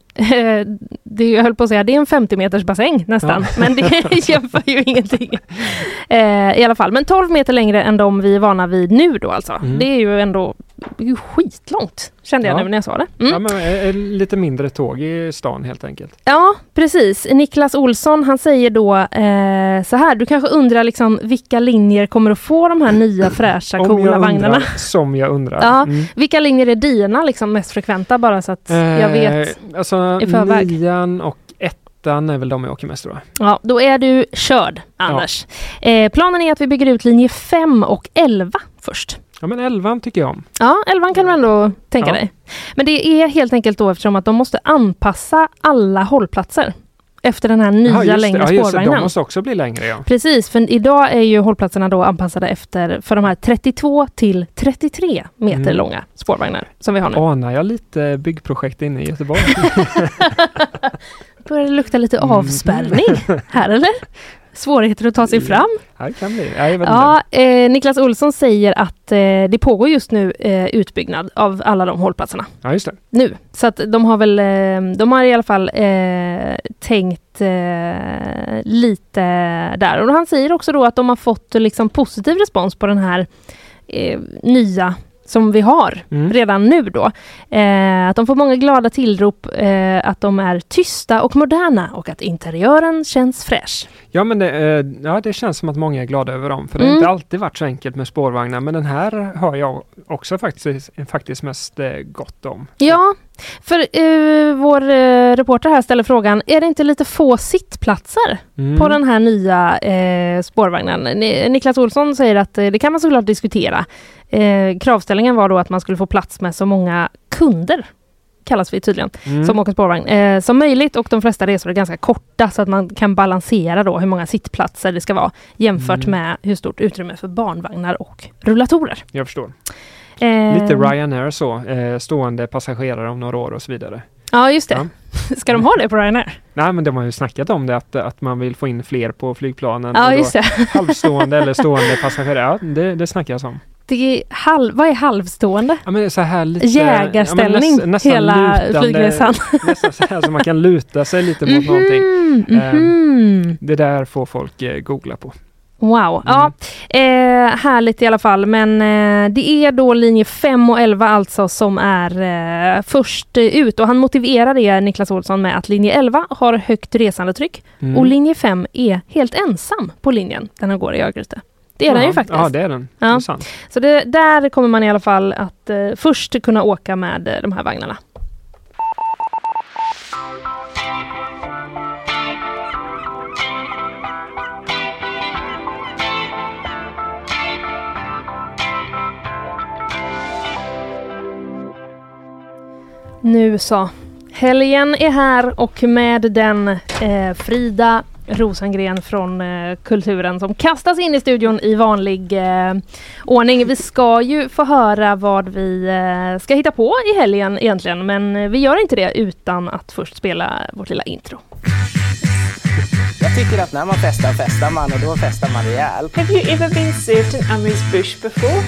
det är, jag höll på att säga, det är en femtio meters bassäng nästan. Ja. Men det jämför ju ingenting. Eh, I alla fall. Men tolv meter längre än de vi är vana vid nu då alltså. Mm. Det är ju ändå det är ju skitlångt. Kände jag Ja. nu när jag sa det. Mm. Ja, men eh, eh, lite mindre tåg i stan helt enkelt. Ja, precis. Niklas Olsson, han säger då eh, så här. Du kanske undrar liksom vilka linjer kommer att få de här nya fräscha, Om coola jag vagnarna. undrar, som jag undrar. Ja, Mm. vilka linjer är dina liksom mest frekventa, bara så att jag vet. Eh, alltså i förväg. nian och ettan är väl de jag åker mest tror jag. Ja, då är du körd, Anders. Eh, planen är att vi bygger ut linje fem och elva först. Ja, men elvan tycker jag om. Ja, elvan kan du ändå tänka Ja. dig. Men det är helt enkelt då eftersom att de måste anpassa alla hållplatser efter den här nya Ja, just det. längre Ja, just det. spårvagnen. De måste också bli längre, ja. Precis, för idag är ju hållplatserna då anpassade efter för de här trettiotvå till trettiotre meter Mm. långa spårvagnar som vi har nu. Anar jag lite byggprojekt inne i Göteborg? Börjar det lukta lite Mm. avspärrning här, eller? Svårigheter att ta sig fram. Ja, det kan bli. Ja, jag vet Ja, eh, Niklas Olsson säger att eh, det pågår just nu eh, utbyggnad av alla de hållplatserna. Ja, just det. Nu. Så att de har väl, eh, de har i alla fall eh, tänkt eh, lite där. Och han säger också då att de har fått liksom positiv respons på den här eh, nya som vi har Mm. redan nu då. Eh, att de får många glada tillrop, eh, att de är tysta och moderna och att interiören känns fräsch. Ja, men det, eh, ja, det känns som att många är glada över dem. För det har Mm. inte alltid varit så enkelt med spårvagnar. Men den här har jag också faktiskt, faktiskt mest eh, gott om. Ja, för eh, vår eh, reporter här ställer frågan, är det inte lite få sittplatser Mm. på den här nya eh, spårvagnen? Ni, Niklas Olsson säger att eh, det kan man såklart diskutera. Eh, kravställningen var då att man skulle få plats med så många kunder, kallas vi tydligen, Mm. som åker spårvagn, eh, som möjligt, och de flesta resor är ganska korta så att man kan balansera då hur många sittplatser det ska vara jämfört Mm. med hur stort utrymme för barnvagnar och rullatorer. Jag förstår. Eh, Lite Ryanair så, eh, stående passagerare om några år och så vidare. Ja, just det. Ja. Ska de ha det på Ryanair? Nej, men de har ju snackat om det, att, att man vill få in fler på flygplanen. Ja, och då just det. halvstående eller stående passagerare, ja, det, det snackas om. Det är halv, vad är halvstående? Ja, men det är så här lite, Jägarställning, ja, näs, hela flygresan. Nästan så här så man kan luta sig lite mot Mhm, någonting. mhm. Eh, det där får folk eh, googla på. Wow, ja, eh, härligt i alla fall. Men eh, det är då linje fem och elva alltså som är eh, först ut. Och han motiverar det, Niklas Olsson, med att linje elva har högt resandetryck mm. och linje fem är helt ensam på linjen den han går i Örgryte. Det är ja, den ju faktiskt. Ja, det är den. Ja. Det är sant. Så det, där kommer man i alla fall att eh, först kunna åka med eh, de här vagnarna. Nu så. Helgen är här och med den eh, Frida Rosengren från eh, Kulturen som kastas in i studion i vanlig eh, ordning. Vi ska ju få höra vad vi eh, ska hitta på i helgen egentligen, men eh, vi gör inte det utan att först spela vårt lilla intro. Jag tycker att när man festar, festar man och då festar man rejält. Have you ever been served in Amrise Bush before?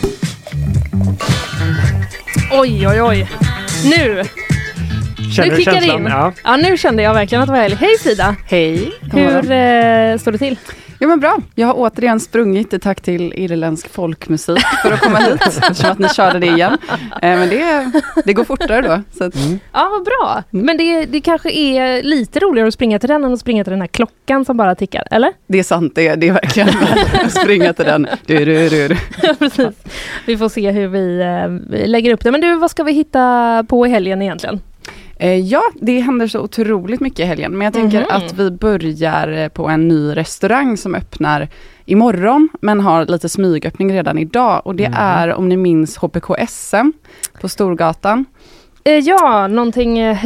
Oj, oj, oj. Nu! Känner du du kickar känslan? in. Ja. Ja, nu kände jag verkligen att det var helg. Hej Frida! Hej! Hur eh, står det till? Ja men bra. Jag har återigen sprungit i takt till irländsk folkmusik för att komma hit. Eftersom att ni körde det igen. Eh, men det, det går fortare då. Så att... mm. Ja, vad bra. Mm. Men det, det kanske är lite roligare att springa till den än att springa till den här klockan som bara tickar, eller? Det är sant, det är, det är verkligen att springa till den. Du, du, du, du. Ja, precis. Vi får se hur vi, eh, vi lägger upp det. Men du, vad ska vi hitta på i helgen egentligen? Ja, det händer så otroligt mycket i helgen. Men jag tänker mm-hmm. att vi börjar på en ny restaurang som öppnar imorgon. Men har lite smygöppning redan idag. Och det mm. är, om ni minns, H P K S M på Storgatan. Eh, ja, någonting eh,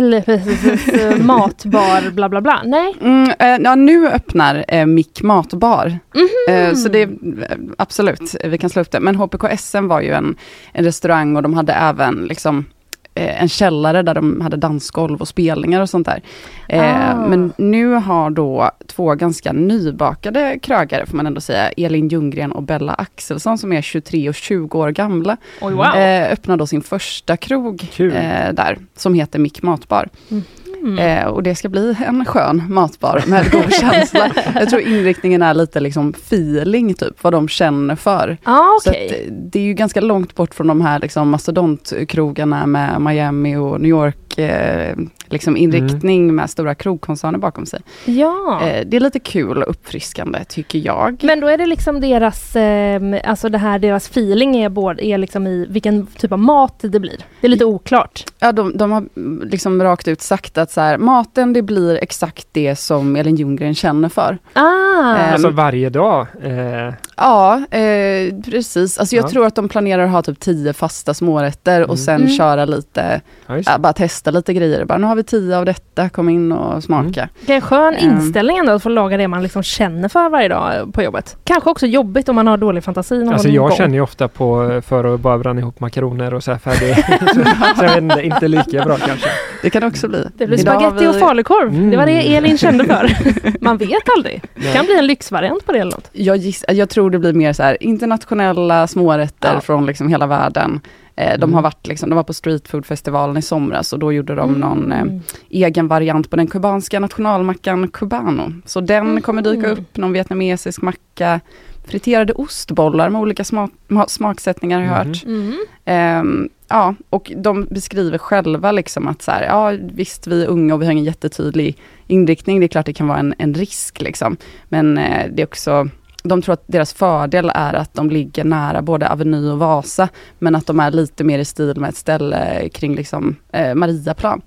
matbar, bla bla bla. Nej. Mm, eh, ja, nu öppnar eh, Mick matbar. Mm-hmm. Eh, så det absolut, vi kan slå upp det. Men H P K S M var ju en, en restaurang och de hade även liksom en källare där de hade dansgolv och spelningar och sånt där. Ah. Eh, men nu har då två ganska nybakade krögare, får man ändå säga, Elin Ljunggren och Bella Axelsson som är tjugotre och tjugo år gamla. Oj, wow. eh, öppnar då sin första krog eh, där som heter Mick matbar. Mm. Mm. Eh, och det ska bli en skön matbar med god känsla. Jag tror inriktningen är lite liksom feeling typ, vad de känner för. Ah, okay. Så att, det är ju ganska långt bort från de här liksom mastodontkrogarna med Miami och New York eh, liksom inriktning mm. med stora krogkoncerner bakom sig. Ja. Eh, det är lite kul och uppfriskande tycker jag. Men då är det liksom deras eh, alltså det här deras feeling är både är liksom i vilken typ av mat det blir. Det är lite oklart. Ja, de, de har liksom rakt ut sagt att så här, maten det blir exakt det som Elin Ljunggren känner för. Ah. Eh, alltså varje dag? Eh. Ja, eh, precis. Alltså jag ja. tror att de planerar att ha typ tio fasta smårätter och mm. sen mm. köra lite, ja, äh, bara testa lite grejer. Bara, nu har vi tio av detta, kom in och smaka. Mm. Det är en skön um. inställning ändå att få laga det man liksom känner för varje dag på jobbet. Kanske också jobbigt om man har dålig fantasi. Alltså jag gång. känner ju ofta på för att bara bränna ihop makaroner och så här färdig. så, så jag vet inte, inte lika bra kanske. Det kan också bli. Det blir spaghetti vi... och falukorv. Mm. Det var det Elin kände för. Man vet aldrig. Det kan bli en lyxvariant på det eller något. Jag, giss, jag tror det blir mer så här internationella smårätter ja. från liksom hela världen. Eh, de mm. har varit liksom, de var på streetfoodfestivalen i somras och då gjorde de mm. någon eh, egen variant på den kubanska nationalmackan Cubano. Så den mm. kommer dyka upp, någon vietnamesisk macka, friterade ostbollar med olika smak, smaksättningar har jag hört. Mm. Eh, ja, och de beskriver själva liksom att så här, ja visst vi är unga och vi har en jättetydlig inriktning. Det är klart det kan vara en, en risk liksom. Men eh, det är också, de tror att deras fördel är att de ligger nära både Aveny och Vasa. Men att de är lite mer i stil med ett ställe kring liksom eh, Mariaplan.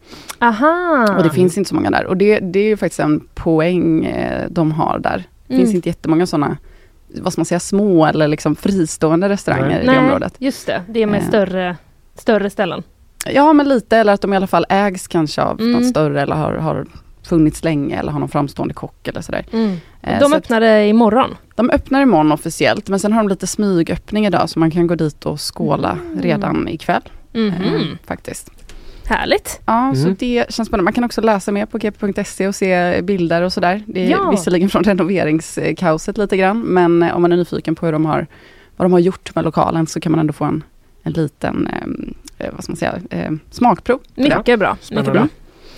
Aha. Och det finns inte så många där. Och det, det är ju faktiskt en poäng eh, de har där. Det Mm. finns inte jättemånga sådana, vad ska man säga, små eller liksom fristående restauranger Nej. i det området. Just det, det är med Eh. större, större ställen. Ja, men lite, eller att de i alla fall ägs kanske av Mm. något större eller har, har funnits länge eller har någon framstående kock eller sådär. Mm. Eh, De så öppnade imorgon. De öppnar imorgon officiellt, men sen har de lite smygöppning idag så man kan gå dit och skåla Mm. redan ikväll. Mhm. Eh, faktiskt. Härligt. Ja, Mm. så det känns spännande. Man kan också läsa mer på g p punkt se och se bilder och sådär. Det är Ja. visserligen från renoveringskaoset lite grann, men eh, om man är nyfiken på hur de har, vad de har gjort med lokalen så kan man ändå få en, en liten eh, vad ska man säga, eh, smakprov. Mycket bra. Mycket bra.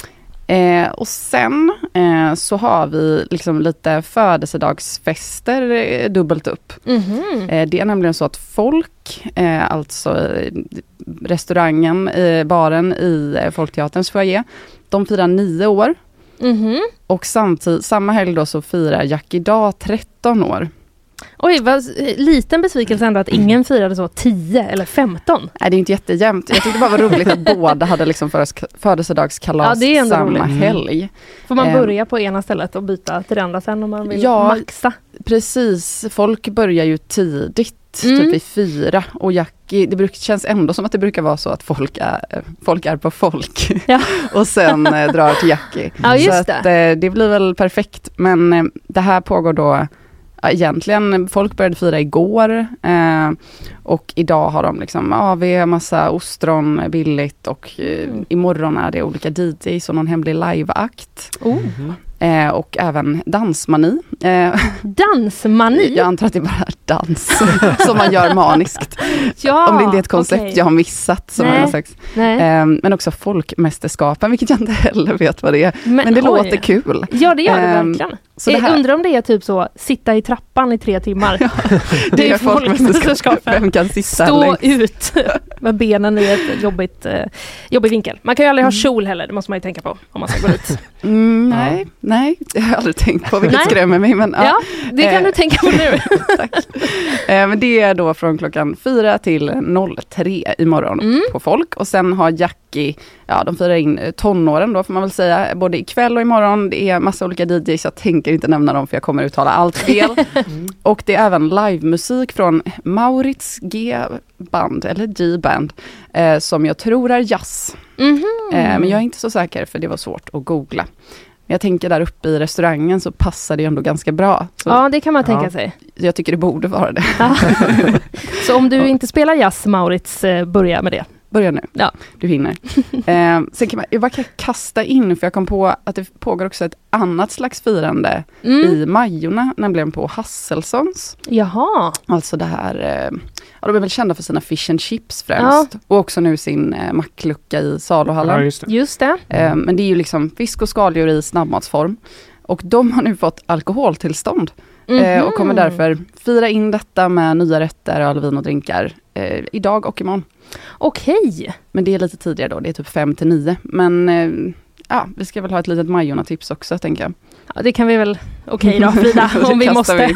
Eh, och sen eh, så har vi liksom lite födelsedagsfester eh, dubbelt upp. Mm-hmm. Eh, det är nämligen så att folk, eh, alltså restaurangen, eh, baren i eh, Folkteaterns foyer, de firar nio år. Mm-hmm. Och samtidigt, samma helg då så firar Jack idag tretton år. Oj, vad liten besvikelse ändå att ingen firade så tio eller femton. Nej, det är inte jättejämnt. Jag tyckte det bara var roligt att båda hade liksom födelsedagskalas ja, det är ändå samma roligt. helg. Får man Eh, börja på ena stället och byta till det andra sen om man vill ja, maxa? Precis. Folk börjar ju tidigt, Mm. typ vid fyra. Och Jackie, det bruk, känns ändå som att det brukar vara så att folk är, folk är på folk. Ja. och sen eh, drar till Jackie. Ja, just så att, det. eh, det blir väl perfekt. Men eh, det här pågår då ja, egentligen, folk började fira igår eh, och idag har de liksom, ja vi har massa ostron billigt och eh, Mm. imorgon är det olika D Js och någon hemlig liveakt. Oh. Eh, och även dansmani. Eh, Dansmani? jag antar att det bara är dans som man gör maniskt. Ja, Om det inte är ett koncept okej. jag har missat. Som Nej. är någon slags, Nej. eh, men också folkmästerskapen, vilket jag inte heller vet vad det är. Men, men det oj. låter kul. Ja, det gör det Eh, verkligen. så det Jag här- undrar om det är typ så, sitta i trappan i tre timmar. Det är folkmästerskapen. Vem kan sitta Stå längst? ut med benen i ett jobbigt, eh, jobbig vinkel. Man kan ju aldrig ha kjol heller, det måste man ju tänka på om man ska gå dit. Mm, nej, nej, det har jag aldrig tänkt på, vilket Nej. skrämmer mig. Men, ja. Ja, det kan Eh, du tänka på nu. Tack. Eh, men det är då från klockan fyra till noll tre imorgon Mm. på folk. Och sen har Jackie, ja de firar in eh, tonåren då får man väl säga, både ikväll och imorgon. Det är massa olika D Js, jag tänker inte nämna dem för jag kommer uttala allt fel. Mm. Och det är även livemusik från Maurits G-band, eller G-band, eh, som jag tror är jazz. Mhm. Eh, men jag är inte så säker för det var svårt att googla. Men jag tänker där uppe i restaurangen så passar det ändå ganska bra. Så Ja, det kan man tänka ja, sig. jag tycker det borde vara det. Ja. Så om du inte spelar jazz, Maurits, eh, börja med det. Börja nu. Ja. Du hinner. eh, sen kan man, jag bara kan kasta in, för jag kom på att det pågår också ett annat slags firande Mm. i Majorna, nämligen på Hasselsons. Jaha. Alltså det här, eh, ja, de är väl kända för sina fish and chips främst. Och också nu sin eh, macklucka i Saluhallen. Ja, just det. Just det. Eh, men det är ju liksom fisk och skaldjur i snabbmatsform. Och de har nu fått alkoholtillstånd. Eh, och kommer därför fira in detta med nya rätter, öl, vin och drinkar eh, idag och imorgon. Okej. Men det är lite tidigare då, det är typ fem till nio. Men eh, ja, vi ska väl ha ett litet Majorna-tips också, tänker jag. Ja, det kan vi väl. Okej då, Frida, om vi kastar måste.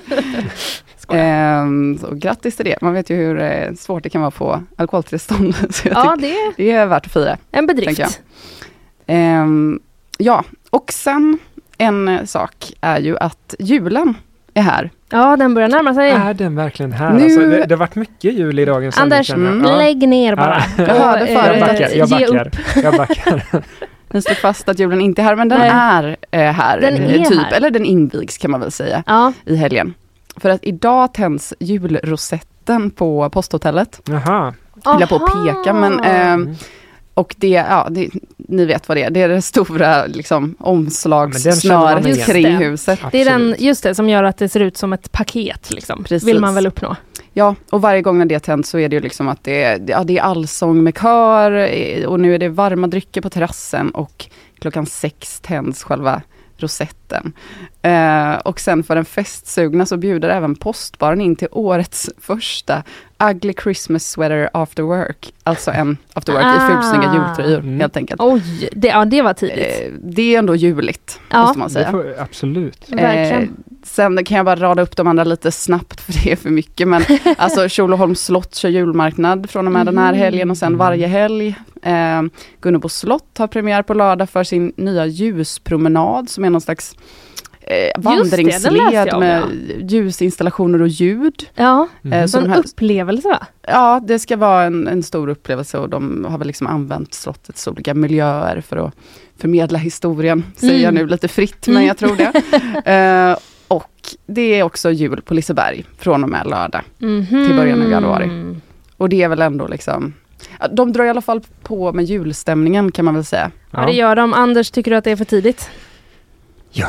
vi eh, så grattis till det. Man vet ju hur eh, svårt det kan vara på alkoholtillstånd. Så jag Ja, tycker det är det är värt att fira. en bedrift. tänker jag. Eh, ja, och sen en eh, sak är ju att julen är här. Ja, den börjar närma sig. Är den verkligen här? Nu- Alltså, det, det har varit mycket jul i dagens Anders, sändning, mm, känner jag. Ja. lägg ner bara. Ja. Jag hörde Och, förut Jag eh, backar, jag ge backar. upp. Jag backar. Ni står fast att julen inte är här, men den Nej. är eh, här. Den är eh, typ, här. Eller den invigs kan man väl säga Ja. i helgen. För att idag tänds julrosetten på posthotellet. Jaha. Vill jag på att peka, men eh, och det, ja, det, ni vet vad det är. Det är det stora liksom, Ja, men den känner man omslagssnöret igen. kring Just det. huset. Det är den, Absolut. just det, som gör att det ser ut som ett paket liksom. Precis. Vill man väl uppnå. Ja, och varje gång när det tänds så är det ju liksom att det är, ja, det är allsång med kör eh, och nu är det varma drycker på terrassen och klockan sex tänds själva rosetten. Eh, och sen för den festsugna så bjuder även postbaren in till årets första Ugly Christmas Sweater After Work. Alltså en after work Ah. i fulsnygga jultröjor Mm. helt enkelt. Oj, det, ja det var tidigt. Eh, det är ändå juligt, Ja. måste man Det säga. får, absolut. Verkligen. Eh, sen kan jag bara rada upp de andra lite snabbt för det är för mycket. Men alltså Tjolöholms slott kör julmarknad från och med den här helgen och sen varje helg. Eh, Gunnebo slott har premiär på lördag för sin nya ljuspromenad som är någon slags eh, Just det, den läste vandringsled jag om, med ja. ljusinstallationer och ljud. Ja, Eh, så en de här, upplevelse va? ja, det ska vara en, en stor upplevelse och de har väl liksom använt slottets olika miljöer för att förmedla historien. Säger Mm. jag nu lite fritt, men Mm. jag tror det. Eh, och det är också jul på Liseberg från och med lördag Mhm. till början av januari. Och det är väl ändå liksom, ja, de drar i alla fall på med julstämningen kan man väl säga. Ja, det gör de. Anders, tycker du att det är för tidigt? Ja,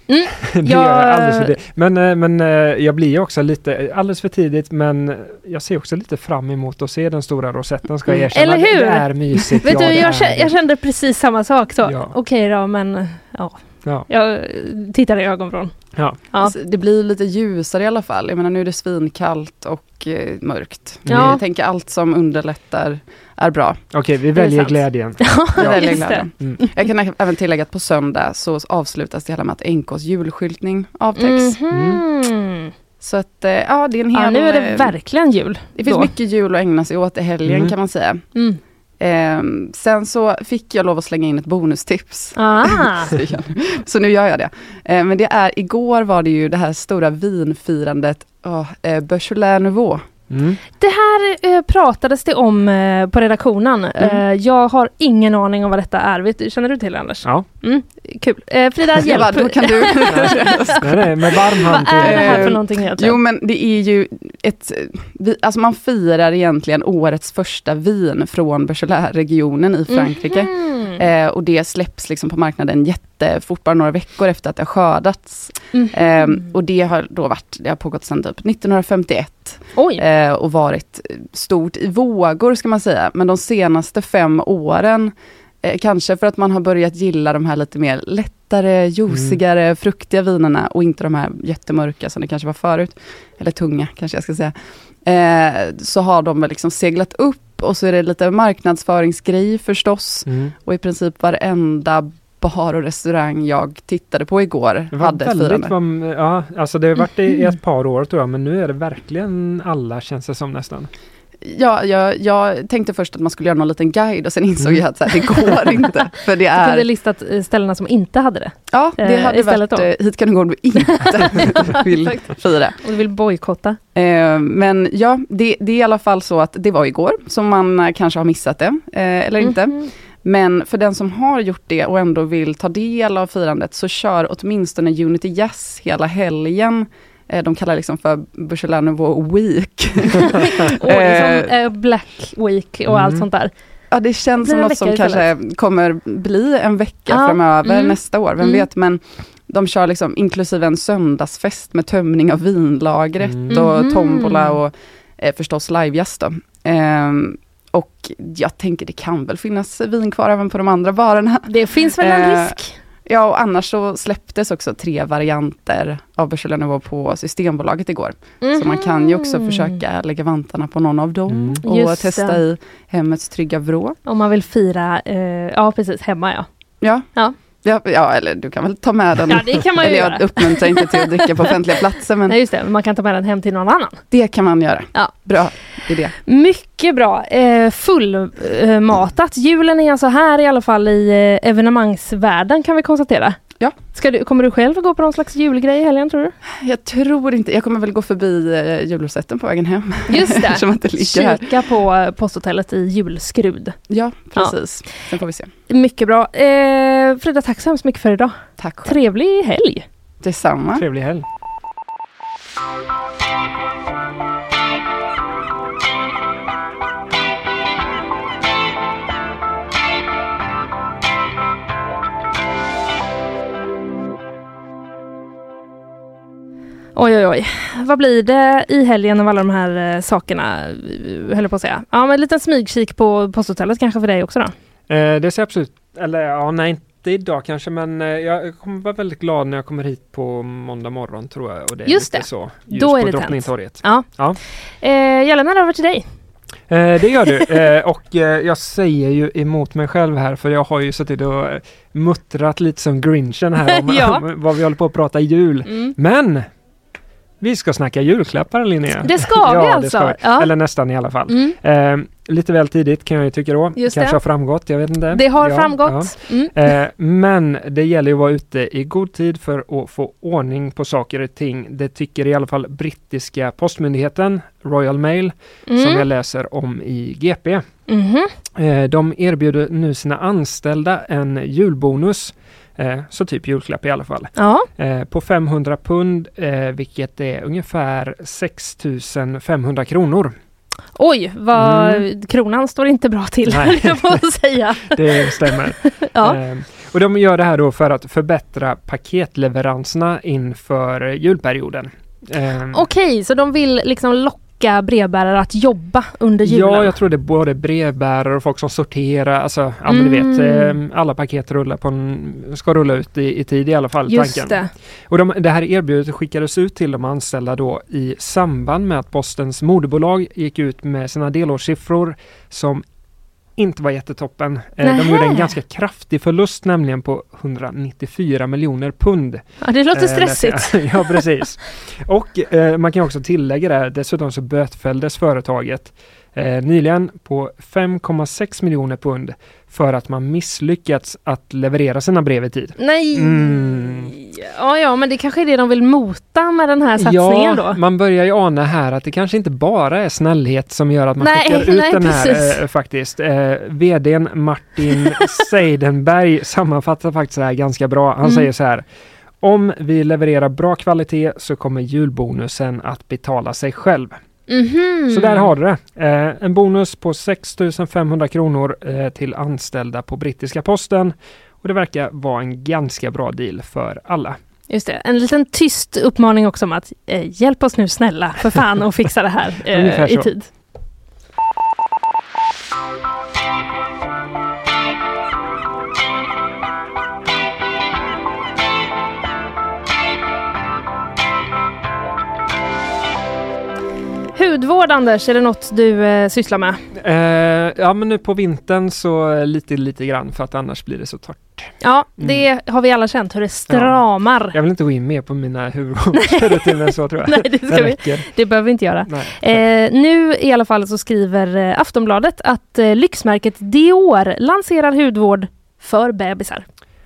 Mm. det jag... gör jag alldeles för det. Men, men jag blir också lite, alldeles för tidigt, men jag ser också lite fram emot att se den stora rosetten, ska jag erkänna. Eller hur? Det är mysigt. Vet ja, du, jag, är kände, jag kände precis samma sak. Så. Ja. Okej då, men ja. Ja. Jag tittar i ögonvrån. Ja. Ja. Det blir lite ljusare i alla fall. Jag menar, nu är det svinkallt och eh, mörkt. Ja. Jag tänker allt som underlättar är bra. Okej, vi väljer glädjen. Ja, Jag väljer just glädjen. Mm. Jag kan även tillägga att på söndag så avslutas det hela med att N K:s julskyltning avtäcks. Mm-hmm. Mm. Så att, eh, ja, det är en hel... Ja, nu är det verkligen jul. Det finns då. mycket jul att ägna sig åt i helgen Mm. kan man säga. Mm. Eh, sen så fick jag lov att slänga in ett bonustips. Ah. Så nu gör jag det. Eh, men det är, igår var det ju det här stora vinfirandet, oh, eh, Beaujolais Nouveau. Mm. Det här eh, pratades det om eh, på redaktionen. Mm. Eh, jag har ingen aning om vad detta är. Vet du, känner du till det, Anders? Ja. Mm, kul. Eh, Frida, hjälp. Bara, då kan du... nej, nej, med varm hand Vad är det här Eh, för någonting helt? Jo, men det är ju ett... Vi, alltså man firar egentligen årets första vin från Beaujolais-regionen i Frankrike. Mhm. Eh, och det släpps liksom på marknaden jättefort, bara några veckor efter att det har skördats. Mhm. Eh, och det har då varit, det har pågått sedan typ nittonhundrafemtioett. Oj. Eh, och varit stort i vågor ska man säga. Men de senaste fem åren, eh, kanske för att man har börjat gilla de här lite mer lättare, juicigare, mm. fruktiga vinerna och inte de här jättemörka som det kanske var förut. Eller tunga kanske jag ska säga. Eh, så har de väl liksom seglat upp och så är det lite marknadsföringsgrej förstås. Mm. Och i princip varenda bar och restaurang jag tittade på igår det var hade väldigt, firande. var, ja, alltså det har varit i ett par år tror jag, men nu är det verkligen alla, känns det som nästan. Ja, jag, jag tänkte först att man skulle göra någon liten guide och sen insåg Mm. jag att så här, det går inte. För det Du är... kunde listat eh, ställena som inte hade det. Ja, det eh, hade varit, då. eh, hit kan du gå om du inte vill fira. Och du vill bojkotta. Eh, men ja, det, det är i alla fall så att det var igår, som man eh, kanske har missat det, eh, eller inte. Mhm. Men för den som har gjort det och ändå vill ta del av firandet så kör åtminstone Unity Jazz hela helgen. Eh, de kallar det liksom för Beaujolais Nouveau Week. Och liksom, eh, Black Week och Mm. allt sånt där. Ja, det känns Det som blir en något som vecka kanske istället. kommer bli en vecka Ja, framöver mm. nästa år, vem Mm. vet, men de kör liksom inklusive en söndagsfest med tömning av vinlagret Mm. och Mhm. tombola och eh, förstås livejazz då. Ehm, och jag tänker det kan väl finnas vin kvar även på de andra barerna. Det finns väl en Eh, risk. Ja, och annars så släpptes också tre varianter av Beaujolais Nouveau på Systembolaget igår. Så man kan ju också Mhm. försöka lägga vantarna på någon av dem Mm. och Just testa det. i hemmets trygga vrå. Om man vill fira, eh, ja precis, hemma ja. Ja. Ja. Ja, ja, eller du kan väl ta med den. Ja, det kan man ju eller göra. jag uppmuntrar inte till att dricka på offentliga platser, men Nej just det, men man kan ta med den hem till någon annan. det kan man göra. Ja. Bra idé. Mycket bra. Eh, fullmatat. Julen är alltså här i alla fall i eh, evenemangsvärlden kan vi konstatera. Ja. Ska du, kommer du själv gå på någon slags julgrej i helgen tror du? Jag tror inte, jag kommer väl gå förbi eh, julrosetten på vägen hem. Just det. Eftersom att det ligger här. Kika på eh, posthotellet i julskrud. Ja, precis. Sen får vi se. Mycket bra. Eh, Frida, tack så hemskt mycket för idag. Tack själv. Trevlig helg. Detsamma. Trevlig helg. Oj, oj, oj. Vad blir det i helgen av alla de här eh, sakerna, eh, höll jag på att säga. Ja, men en liten smygkik på posthotellet kanske för dig också då. Eh, det ser absolut, eller ja, nej inte idag kanske, men eh, jag kommer vara väldigt glad när jag kommer hit på måndag morgon tror jag. Och det är Just lite det. så. Då Just är på det Drottningtorget. Ja. Ja. Eh, jag lämnar över till dig. Eh, det gör du. Eh, och eh, jag säger ju emot mig själv här, för jag har ju suttit och eh, muttrat lite som Grinchen här om, Ja. om vad vi håller på att prata jul. Mm. Men vi ska snacka julklappar, Linnea. Det ska vi ja, alltså. Det ska vi. Ja. Eller nästan i alla fall. Mm. Eh, lite väl tidigt kan jag ju tycka då. Just Kanske det. har framgått, jag vet inte. Det har Ja, framgått. ja. Mm. Eh, men det gäller ju att vara ute i god tid för att få ordning på saker och ting. Det tycker i alla fall brittiska postmyndigheten Royal Mail, Mm. som jag läser om i G P. Mhm. Eh, de erbjuder nu sina anställda en julbonus, eh, så typ julklapp i alla fall, Ja. eh, på femhundra pund, eh, vilket är ungefär sex tusen femhundra kronor. Oj, vad Mm. kronan står inte bra till, Nej. jag får säga. Det stämmer. Ja. Eh, och de gör det här då för att förbättra paketleveranserna inför julperioden. Eh, Okej, så de vill liksom locka brevbärare att jobba under julen? Ja, jag tror det är både brevbärare och folk som sorterar. Alltså, ja, men du Mm. vet, eh, alla paket rullar på en, ska rulla ut i, i tid i alla fall. Just tanken. det. Och de, det här erbjudandet skickades ut till de anställda då i samband med att Postens moderbolag gick ut med sina delårssiffror som inte var jättetoppen. Eh, de Nähä. gjorde en ganska kraftig förlust, nämligen på hundranittiofyra miljoner pund. Ja, det låter Eh, stressigt. ja, precis. Och eh, man kan också tillägga det, dessutom så bötfälldes företaget eh, nyligen på fem komma sex miljoner pund för att man misslyckats att leverera sina brev i tid. Nej! Mm. Ja, ja, men det kanske är det de vill mota med den här satsningen Ja, då. man börjar ju ana här att det kanske inte bara är snällhet som gör att man Nej, skickar ut nej, den här precis. eh, faktiskt. Eh, vdn Martin Seidenberg sammanfattar faktiskt det här ganska bra. Han Mm. säger så här: om vi levererar bra kvalitet så kommer julbonusen att betala sig själv. Mhm. Så där har du det. Eh, en bonus på sex tusen femhundra kronor eh, till anställda på brittiska posten. Och det verkar vara en ganska bra deal för alla. Just det, en liten tyst uppmaning också om att eh, hjälp oss nu snälla för fan och fixa det här Ungefär eh, i så. tid. Hudvård, Anders, är det något du eh, sysslar med? Eh, ja, men nu på vintern så lite, lite grann, för att annars blir det så torrt. Ja, det har vi alla känt hur det stramar. Jag vill inte gå in mer på mina hudvårdsrutiner så, tror jag. Nej, det, ska vi, räcker. det behöver vi inte göra. Eh, nu i alla fall så skriver eh, Aftonbladet att eh, lyxmärket Dior lanserar hudvård för bebisar.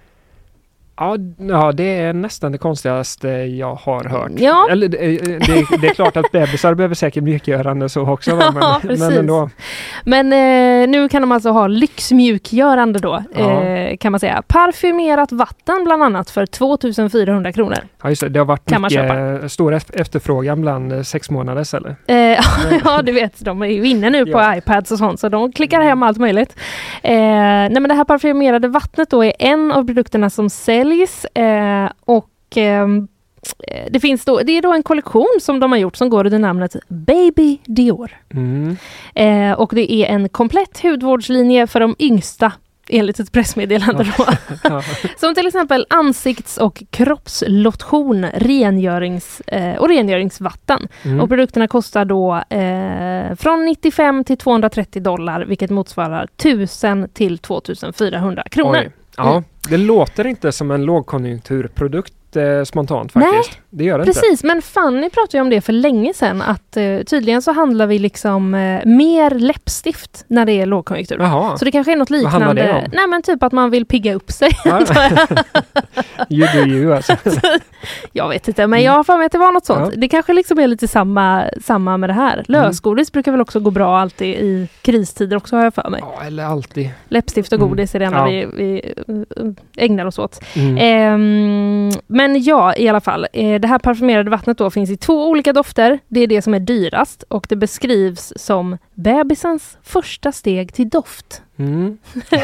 Ja, ja, det är nästan det konstigaste jag har hört. Ja. Eller, det, det, det är klart att bebisar behöver säkert mjukgörande så också. Va? Men, Ja, men precis. ändå. Men eh, nu kan de alltså ha lyxmjukgörande då, Ja. eh, kan man säga. Parfymerat vatten bland annat för tvåtusenfyrahundra kronor. Ja, just det. Det har varit Kan man mycket stor ef- efterfrågan bland eh, sex månaders eller? Eh, ja, du vet, de är ju inne nu på Ja. iPads och sånt, så de klickar hem allt möjligt. Eh, nej, men det här parfymerade vattnet då är en av produkterna som säljs eh, och ehm, det finns då, det är då en kollektion som de har gjort som går under namnet Baby Dior. Mm. Eh, och det är en komplett hudvårdslinje för de yngsta, enligt ett pressmeddelande då. Ja. Som till exempel ansikts- och kroppslotion, rengörings, eh, och rengöringsvatten. Mm. Och produkterna kostar då eh, från nittiofem till tvåhundratrettio dollar, vilket motsvarar tusen till tvåtusenfyrahundra kronor. Oj. Ja, Mm. det låter inte som en lågkonjunkturprodukt eh, spontant faktiskt. Nej, det gör det inte. Precis, men Fanny pratade ju om det för länge sedan, att eh, tydligen så handlar vi liksom eh, mer läppstift när det är lågkonjunktur. Jaha. Så det kanske är något Vad handlar liknande. det om? Nej, men typ att man vill pigga upp sig. Ja. antar jag. You do you alltså. Jag vet inte, men jag har för mig att det var något sånt. Ja. Det kanske liksom är lite samma, samma med det här. Lösgodis brukar väl också gå bra alltid i kristider också, har jag för mig. Ja, eller alltid. Läppstift och Mm. godis är det enda Ja. vi, vi uh, ägnar oss åt. Mm. Ehm, men ja, i alla fall. Eh, det här parfymerade vattnet då finns i två olika dofter. Det är det som är dyrast och det beskrivs som bebisens första steg till doft. Mm.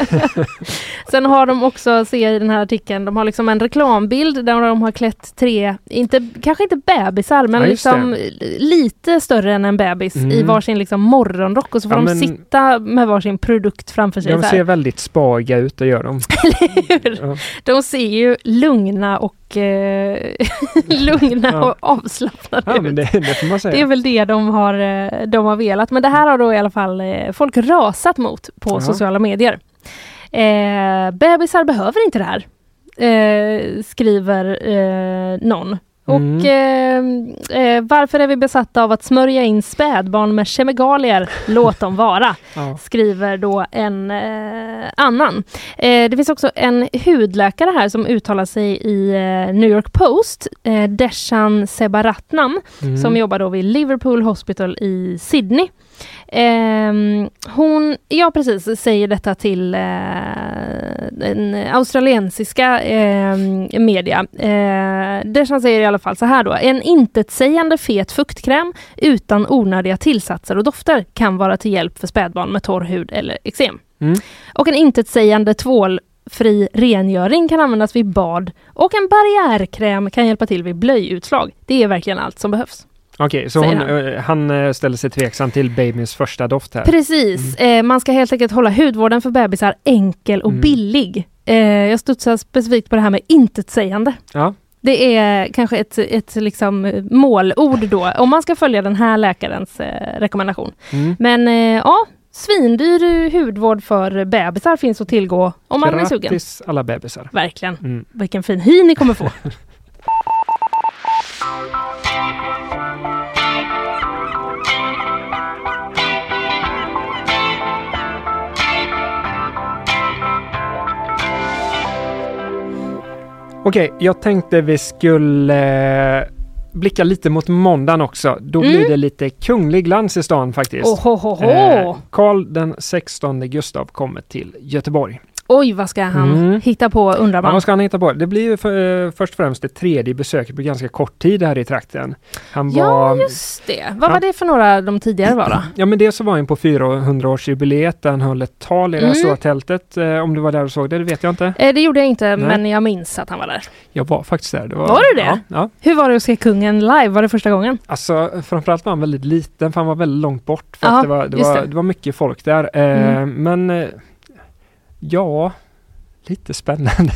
Sen har de också, ser jag i den här artikeln, de har liksom en reklambild där de har klätt tre, inte, kanske inte bebisar, men Ja, just liksom lite större än en bebis Mm. i varsin liksom morgonrock, och så får Ja, de men- sitta med varsin produkt framför sig. De så ser här. väldigt spaga ut och gör de. Ja. De ser ju lugna och eh, lugna Ja. och avslappnade Ja, ut. men det, det får man säga. Det är väl det de har, eh, de har velat. Men det här har då i alla fall eh, folk rasat mot på Jaha. sociala medier. Eh, bebisar behöver inte det här, eh, skriver eh, någon. Mm. Och eh, eh, varför är vi besatta av att smörja in spädbarn med kemikalier? Låt dem vara, Ja. skriver då en eh, annan. Eh, det finns också en hudläkare här som uttalar sig i eh, New York Post, eh, Deshan Sebaratnam, Mm. som jobbar då vid Liverpool Hospital i Sydney. Eh, hon, ja precis, säger detta till eh, den australiensiska eh, media. Eh, där som säger i alla fall så här då. En intetsägande fet fuktkräm utan onödiga tillsatser och dofter kan vara till hjälp för spädbarn med torr hud eller eksem. Mm. Och en intetsägande tvålfri rengöring kan användas vid bad och en barriärkräm kan hjälpa till vid blöjutslag. Det är verkligen allt som behövs. Okej, okay, så hon, han. han ställer sig tveksam till babyns första doft här. Precis, mm. eh, man ska helt enkelt hålla hudvården för bebisar enkel och mm. billig. Eh, jag studsar specifikt på det här med intetsägande. Ja. Det är kanske ett, ett liksom målord då, om man ska följa den här läkarens eh, rekommendation. Mm. Men eh, ja, svindyr hudvård för bebisar finns att tillgå om man är sugen. Grattis alla bebisar. Verkligen. Mm. Vilken fin hy ni kommer få. Okej, jag tänkte vi skulle eh, blicka lite mot måndagen också. Då mm. blir det lite kunglig glans i stan faktiskt. Ohohoho. Eh, Karl den sextonde Gustav kommer till Göteborg. Oj, vad ska han mm. hitta på, undrar man. Ja, vad ska han hitta på? Det blir ju för, först och främst det tredje besöket på ganska kort tid här i trakten. Han var, ja, just det. Vad ja. var det för några de tidigare var då? Ja, men det så var han på fyrahundraårsjubileet där han höll ett tal i det här mm. stora tältet. Eh, om du var där och såg det, det vet jag inte. Eh, det gjorde jag inte, Nej. men jag minns att han var där. Jag var faktiskt där. Det var, var du det? Ja, ja. Hur var det att se kungen live? Var det första gången? Alltså, framförallt var han väldigt liten, för han var väldigt långt bort. För ja, att det, var, det, var, det. det var mycket folk där. Eh, mm. Men, eh, ja... Lite spännande.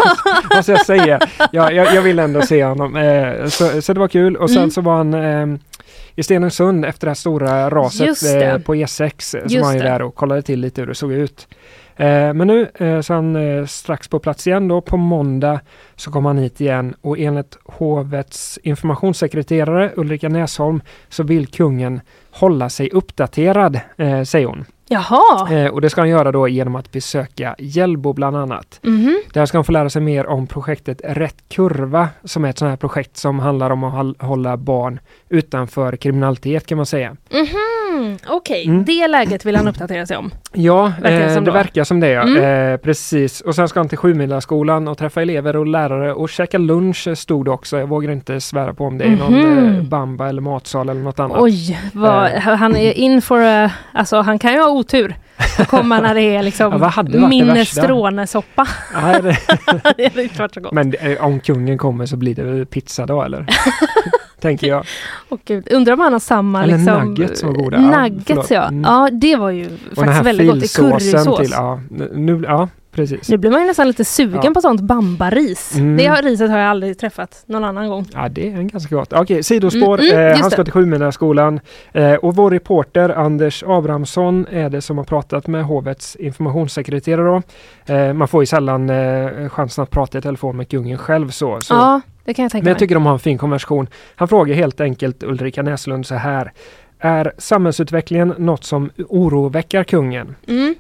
Vad ska jag säga? Ja, jag, jag vill ändå se honom. Eh, så, så det var kul. Och sen mm. så var han eh, i Stenungsund efter det här stora raset eh, på E sex. Just som var han ju där och kollade till lite hur det såg ut. Eh, men nu eh, så han eh, strax på plats igen då. På måndag så kom han hit igen. Och enligt hovets informationssekreterare Ulrika Näsholm så vill kungen hålla sig uppdaterad, eh, säger hon. Jaha. Eh, och det ska han göra då genom att besöka Hjällbo bland annat. Mm-hmm. Där ska han få lära sig mer om projektet Rätt kurva, som är ett sånt här projekt som handlar om att hålla barn utanför kriminalitet, kan man säga. Mhm, okej. Okay. Mm. Det läget vill han uppdatera sig om. Ja, verkar eh, det, det verkar som det. Ja. Mm. Eh, precis. Och sen ska han till Sjumilaskolan och träffa elever och lärare och käka lunch, stod det också. Jag vågar inte svära på om det är mm-hmm. någon eh, bamba eller matsal eller något annat. Oj, vad, eh. han är in för, uh, alltså han kan ju ha otur att komma när det är liksom ja, minnestrånesoppa. Ja, det... det är inte varit så gott. Men eh, om kungen kommer så blir det pizza då, eller? Tänker jag. Och gud, undrar om han har samma eller liksom... nuggets var goda. Nuggets, ja. Mm. Ja, det var ju faktiskt väldigt gott i currysås. Till, ja, nu, ja, precis. Nu blir man ju nästan lite sugen ja. på sånt bambaris. Mm. Det har, riset har jag aldrig träffat någon annan gång. Ja, det är en ganska gott. Okej, sidospår. Mm, mm, eh, han ska till Sjumilaskolan. Eh, och vår reporter Anders Abrahamsson är det som har pratat med hovets informationssekreterare då. Eh, man får ju sällan eh, chansen att prata i telefon med kungen själv så. så. Ja, det kan jag tänka Men jag mig. tycker de har en fin konversation. Han frågar helt enkelt Ulrika Näslund så här. Är samhällsutvecklingen något som oroväcker kungen? Mm.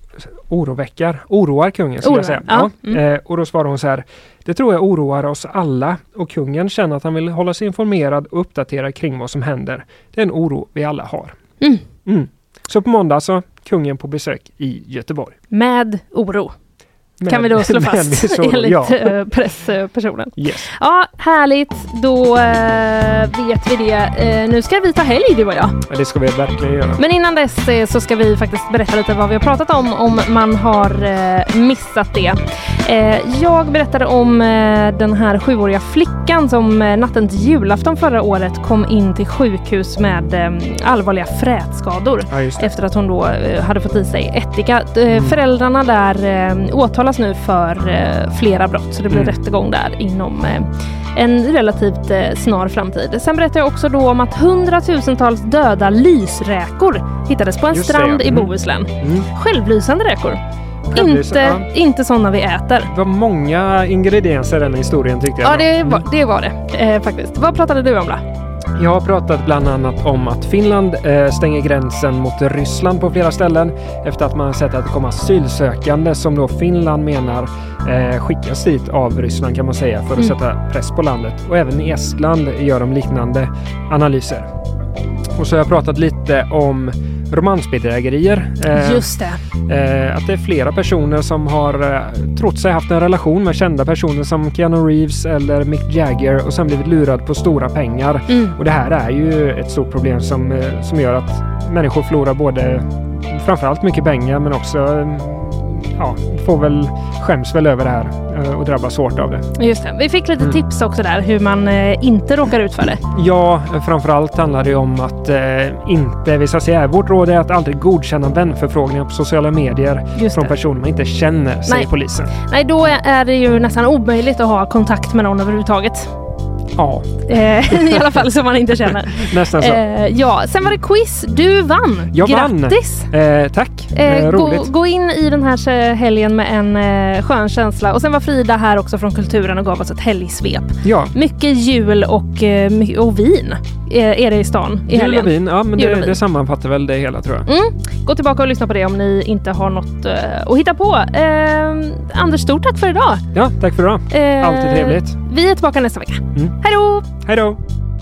Oroväckar, oroar kungen skulle jag säga. Ja. Ja. Mm. Eh, och då svarar hon så här. Det tror jag oroar oss alla och kungen känner att han vill hålla sig informerad och uppdatera kring vad som händer. Det är en oro vi alla har. Mm. Mm. Så på måndag så kungen på besök i Göteborg. Med oro. Med, kan vi då slå fast enligt ja. presspersonen. Yes. Ja, härligt. Då äh, vet vi det. Äh, nu ska vi ta helg, du och jag. Ja, det ska vi verkligen göra. Men innan dess äh, så ska vi faktiskt berätta lite vad vi har pratat om, om man har äh, missat det. Äh, jag berättade om äh, den här sjuåriga flickan som äh, natten till julafton förra året kom in till sjukhus med äh, allvarliga frätskador. Ja, efter att hon då äh, hade fått i sig ättika. Äh, mm. Föräldrarna där äh, åtalas nu för eh, flera brott, så det blir mm. rättegång där inom eh, en relativt eh, snar framtid. Sen berättar jag också då om att hundratusentals döda lysräkor hittades på en Just strand det, ja. mm. i Bohuslän. Mm. Självlysande räkor. Inte, ja. inte sådana vi äter. Det var många ingredienser i den historien tyckte jag. Ja, det var det, var det eh, faktiskt. Vad pratade du om då? Jag har pratat bland annat om att Finland eh, stänger gränsen mot Ryssland på flera ställen efter att man har sett att det kommer asylsökande som då Finland menar eh, skickas dit av Ryssland kan man säga för att mm. sätta press på landet. Och även i Estland gör de liknande analyser. Och så har jag pratat lite om romansbedrägerier. Eh, Just det. Eh, att det är flera personer som har eh, trott sig haft en relation med kända personer som Keanu Reeves eller Mick Jagger och sen blivit lurad på stora pengar. Mm. Och det här är ju ett stort problem som, eh, som gör att människor förlorar både framförallt mycket pengar men också eh, ja, får väl skäms väl över det här och drabbas hårt av det. Just det. Vi fick lite mm. tips också där hur man eh, inte råkar ut för det. Ja, framförallt handlar det om att eh, inte, vi ska säga, vårt råd är att aldrig godkänna vänförfrågningar på sociala medier Just från det. personer man inte känner, säger Nej. polisen. Nej, då är det ju nästan omöjligt att ha kontakt med någon överhuvudtaget. Ja. I alla fall som man inte känner. Nästan så. Eh, ja, sen var det quiz. Du vann. Jag Grattis. vann. Eh, tack. Eh, gå, gå in i den här helgen med en eh, skön känsla. Och sen var Frida här också från Kulturen och gav oss ett helgsvep. Ja. Mycket jul och, eh, och vin är, är det i stan i helgen. Jul och vin, ja men det, det sammanfattar väl det hela tror jag. Mm. Gå tillbaka och lyssna på det om ni inte har något eh, att hitta på. Eh, Anders, stort tack för idag. Ja, tack för idag. Eh, Alltid trevligt. Vi är tillbaka nästa vecka. Mm. Hej då! Hej då!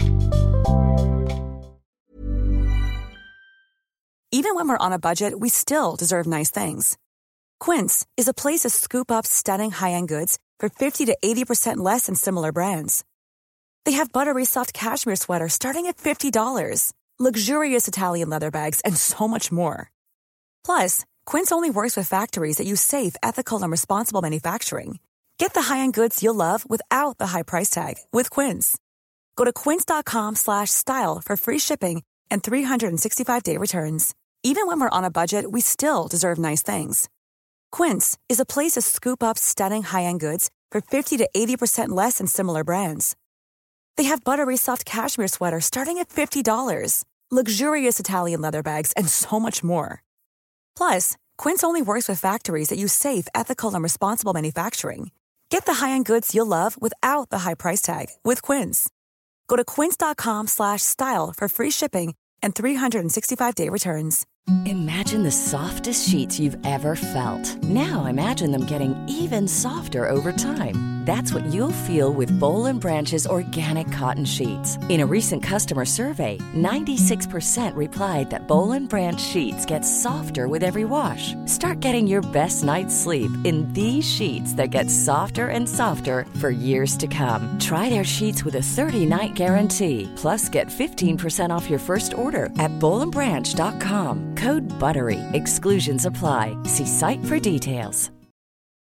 Even when we're on a budget, we still deserve nice things. Quince is a place to scoop up stunning high-end goods for fifty to eighty percent less than similar brands. They have buttery soft cashmere sweaters starting at fifty dollars, luxurious Italian leather bags, and so much more. Plus, Quince only works with factories that use safe, ethical, and responsible manufacturing. Get the high-end goods you'll love without the high price tag with Quince. Go to quince.com slash style for free shipping and three sixty-five day returns. Even when we're on a budget, we still deserve nice things. Quince is a place to scoop up stunning high-end goods for fifty to eighty percent less than similar brands. They have buttery soft cashmere sweaters starting at fifty dollars, luxurious Italian leather bags, and so much more. Plus, Quince only works with factories that use safe, ethical, and responsible manufacturing. Get the high-end goods you'll love without the high price tag with Quince. Go to quince.com slash style for free shipping and three sixty-five day returns. Imagine the softest sheets you've ever felt. Now imagine them getting even softer over time. That's what you'll feel with Boll and Branch's organic cotton sheets. In a recent customer survey, ninety-six percent replied that Boll and Branch sheets get softer with every wash. Start getting your best night's sleep in these sheets that get softer and softer for years to come. Try their sheets with a thirty night guarantee. Plus, get fifteen percent off your first order at boll and branch dot com. Code BUTTERY. Exclusions apply. See site for details.